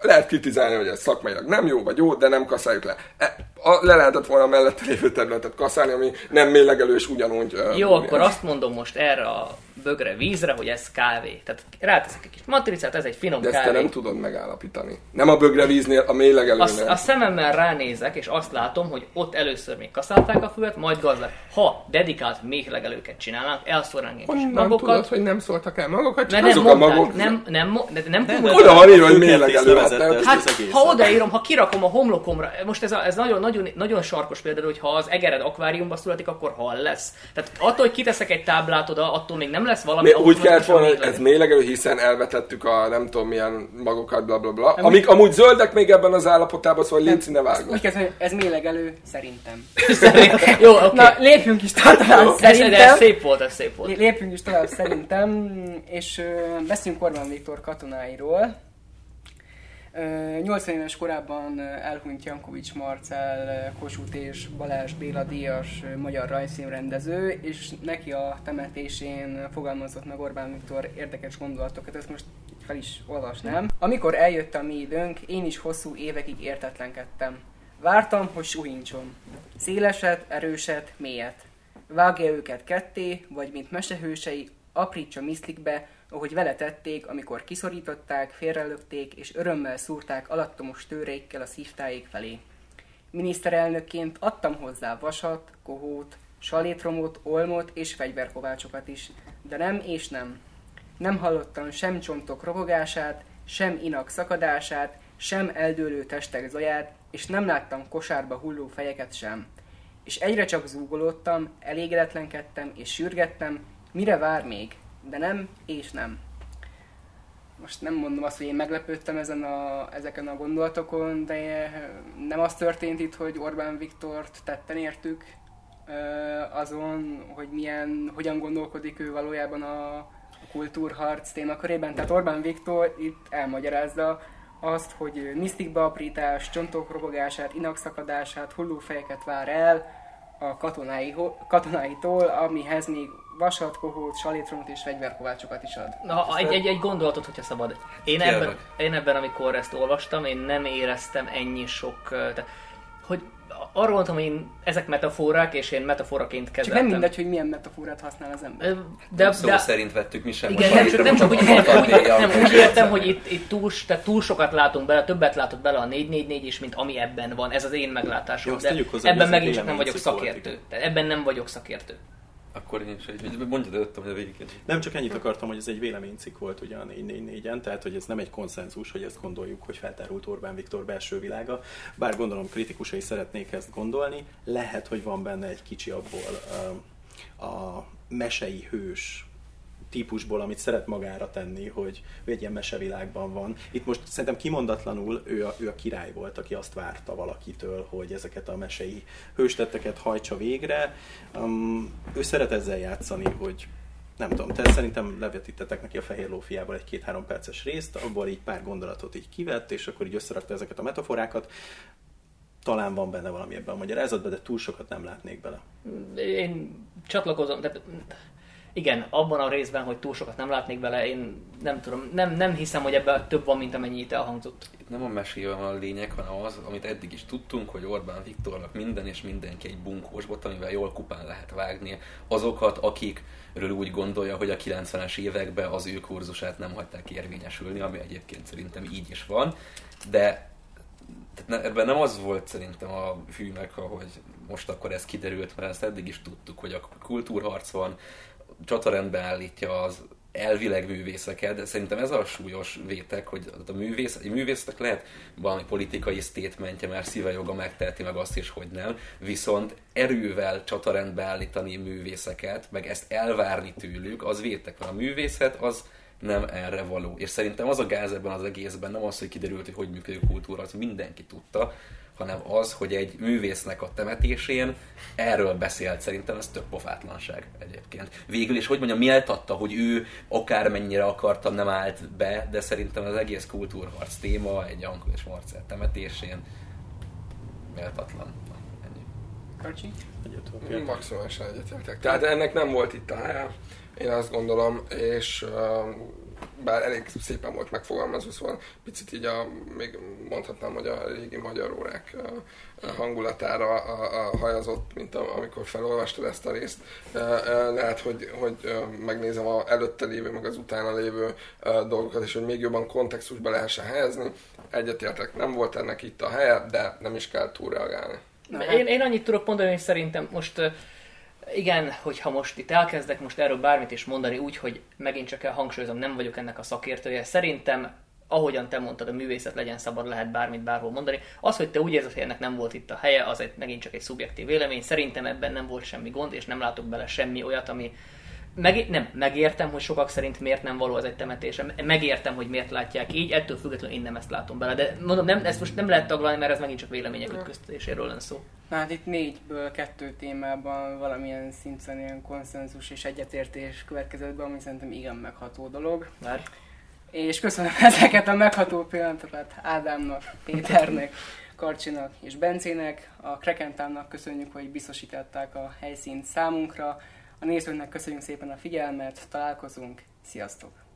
lehet kritizálni, hogy ez szakmailag nem jó vagy jó, de nem kaszáljuk le. E, a, le lehetett volna a mellette lévő területet kaszálni, ami nem mérlegelős ugyanúgy. Jó, akkor ez. Azt mondom most erre a bögre vízre, hogy ez kávé. Tehát ráteszek egy kis matricát, ez egy finom de kávé. De ezt te nem tudod megállapítani. Nem a bögre víznél, a mérlegelőnél. A, a szememmel ránézek, és azt látom, hogy ott először még kaszálták a füvet, majd gaz lett. Ha dedikált mérlegelőket csinálnak, elszórnánk egy kis magokat. Tudod, hogy nem szóltak el magokat, csak azok nem mondták, a magok. Nem, nem, nem, nem, nem oda van írva, hogy mérlegelő. Hát, ha odaírom, ha kirakom a homlokomra, most ez, a, ez nagyon, nagyon, nagyon sarkos például, hogy ha az egered akváriumba születik, akkor hal lesz. Tehát attól, hogy kiteszek egy táblát oda, attól még nem lesz valami. Úgy kellett volna, hogy ez mérlegelő, hiszen elvetettük a nem tudom milyen magokat, bla bla bla. Amik amúgy zöldek még ebben az állapotában, szóval légy színe vágnak. Úgy kezdve, ez mérlegelő, szerintem. Jó, oké. Na, lépjünk is tovább, szerintem. Ez szép volt, ez szép volt. Lépjünk is tovább, szerintem, és uh, beszéljünk Orbán Viktor katonáiról. nyolcvan éves korában elhunyt Jankovics Marcell, Kossuth és Balázs Béla díjas magyar rajzfilmrendező, és neki a temetésén fogalmazott meg Orbán Viktor érdekes gondolatokat, ezt most fel is olvasnám. Amikor eljött a mi időnk, én is hosszú évekig értetlenkedtem. Vártam, hogy suhincson. Széleset, erőset, mélyet. Vágja őket ketté, vagy mint mesehősei, aprítsa miszlikbe, ahogy vele tették, amikor kiszorították, félrelökték és örömmel szúrták alattomos tőreikkel a szívtájék felé. Miniszterelnökként adtam hozzá vasat, kohót, salétromot, olmot és fegyverkovácsokat is, de nem és nem. Nem hallottam sem csontok robogását, sem inak szakadását, sem eldőlő testek zaját, és nem láttam kosárba hulló fejeket sem. És egyre csak zúgolódtam, elégedetlenkedtem és sürgettem, mire vár még? De nem, és nem. Most nem mondom azt, hogy én meglepődtem ezen a, ezeken a gondolatokon, de nem az történt itt, hogy Orbán Viktort tetten értük azon, hogy milyen, hogyan gondolkodik ő valójában a kultúrharc témakörében. Tehát Orbán Viktor itt elmagyarázza azt, hogy misztikbeaprítás, csontok robogását, inakszakadását, hullófejeket vár el a katonái, katonáitól, amihez még vasat, kohót, salétromot és fegyverkovácsokat is ad. Na, egy, egy, egy gondolatot, hogyha szabad. Én ebben, én ebben, amikor ezt olvastam, én nem éreztem ennyi sok... Tehát, hogy arról mondtam, hogy én, ezek metaforák, és én metaforaként kezeltem. Csak nem mindegy, hogy milyen metaforát használ az ember. De, de, szó de, szerint vettük mi sem. Igen, nem csak, nem csak úgy, úgy, nem, úgy értem, hogy itt, itt túl, tehát túl sokat látunk bele, többet látott bele a négy négy négy is, mint ami ebben van. Ez az én meglátásom. Jó, de hozzá, ebben megint csak nem vagyok szakértő. Tehát ebben nem vagyok szakértő. Akkor én is, hogy mondjad előttem, hogy a végig. Nem, csak ennyit akartam, hogy ez egy véleménycikk volt ugye a négy négy négyen, tehát hogy ez nem egy konszenzus, hogy ezt gondoljuk, hogy feltárult Orbán Viktor belső világa. Bár gondolom kritikusai szeretnék ezt gondolni, lehet, hogy van benne egy kicsi abból uh, a mesei hős típusból, amit szeret magára tenni, hogy ő egy ilyen mesevilágban van. Itt most szerintem kimondatlanul ő a, ő a király volt, aki azt várta valakitől, hogy ezeket a mesei hőstetteket hajtsa végre. Um, ő szeret ezzel játszani, hogy nem tudom, te szerintem levetítettek neki a Fehér lófiából egy két-három perces részt, abból így pár gondolatot így kivett, és akkor így összerakta ezeket a metaforákat. Talán van benne valami ebben a magyarázatban, de túl sokat nem látnék bele. Én csatlakozom, de igen, abban a részben, hogy túl sokat nem látnék bele, én nem tudom, nem, nem hiszem, hogy ebben több van, mint amennyi itt elhangzott. Itt nem a mesében van a lényeg, hanem az, amit eddig is tudtunk, hogy Orbán Viktornak minden és mindenki egy bunkós bot, amivel jól kupán lehet vágni azokat, akikről úgy gondolja, hogy a kilencvenes években az ő kurzusát nem hagyták érvényesülni, ami egyébként szerintem így is van, de tehát ebben nem az volt szerintem a hűnek, hogy most akkor ez kiderült, mert ezt eddig is tudtuk, hogy a kultúrharc van, csatarendbe állítja az elvileg művészeket, de szerintem ez a súlyos vétek, hogy a művész, egy művésznek lehet valami politikai statementje, mert szíve joga megteheti meg azt is, hogy nem, viszont erővel csatarendbe állítani művészeket, meg ezt elvárni tőlük, az vétek van. A művészet az nem erre való. És szerintem az a gáz ebben az egészben nem az, hogy kiderült, hogy hogy működik a kultúra, az mindenki tudta, hanem az, hogy egy művésznek a temetésén erről beszélt, szerintem ez több pofátlanság egyébként. Végül is, hogy mondjam, méltatta, hogy ő akármennyire akarta, nem állt be, de szerintem az egész kultúrharc téma egy Jankovics Marcell temetésén méltatlan. Ennyi. Karcsi? Maximálisan egyetértek. Tehát ennek nem volt itt a helye, én azt gondolom, és uh, bár elég szépen volt megfogalmazva, szóval picit így a, még mondhatnám, hogy a régi magyar órák hangulatára a, a hajazott, mint a, amikor felolvastad ezt a részt. Lehet, hogy, hogy megnézem az előtte lévő, meg az utána lévő dolgokat, és hogy még jobban kontextusba lehessen helyezni. Egyetértek, nem volt ennek itt a helye, de nem is kell túlreagálni. Én, én annyit tudok mondani, hogy szerintem most igen, hogyha most itt elkezdek most erről bármit is mondani úgy, hogy megint csak hangsúlyozom, nem vagyok ennek a szakértője. Szerintem, ahogyan te mondtad, a művészet legyen szabad, lehet bármit bárhol mondani. Az, hogy te úgy érzed, hogy ennek nem volt itt a helye, az egy, megint csak egy szubjektív vélemény. Szerintem ebben nem volt semmi gond, és nem látok bele semmi olyat, ami... Meg, nem, megértem, hogy sokak szerint miért nem való ez egy temetés. Megértem, hogy miért látják így, ettől függetlenül én nem ezt látom bele. De mondom, nem, ezt most nem lehet taglalni, mert ez megint csak vélemények ütköztetéséről lenne szó. Na hát itt négyből kettő témában valamilyen szinten ilyen konszenzus és egyetértés következett be, ami szerintem igen megható dolog. Már. És köszönöm ezeket a megható pillanatokat Ádámnak, Péternek, Karcsinak és Bencének. A Krekentánnak köszönjük, hogy biztosították a helyszínt számunkra. A nézőknek köszönjük szépen a figyelmet, találkozunk, sziasztok!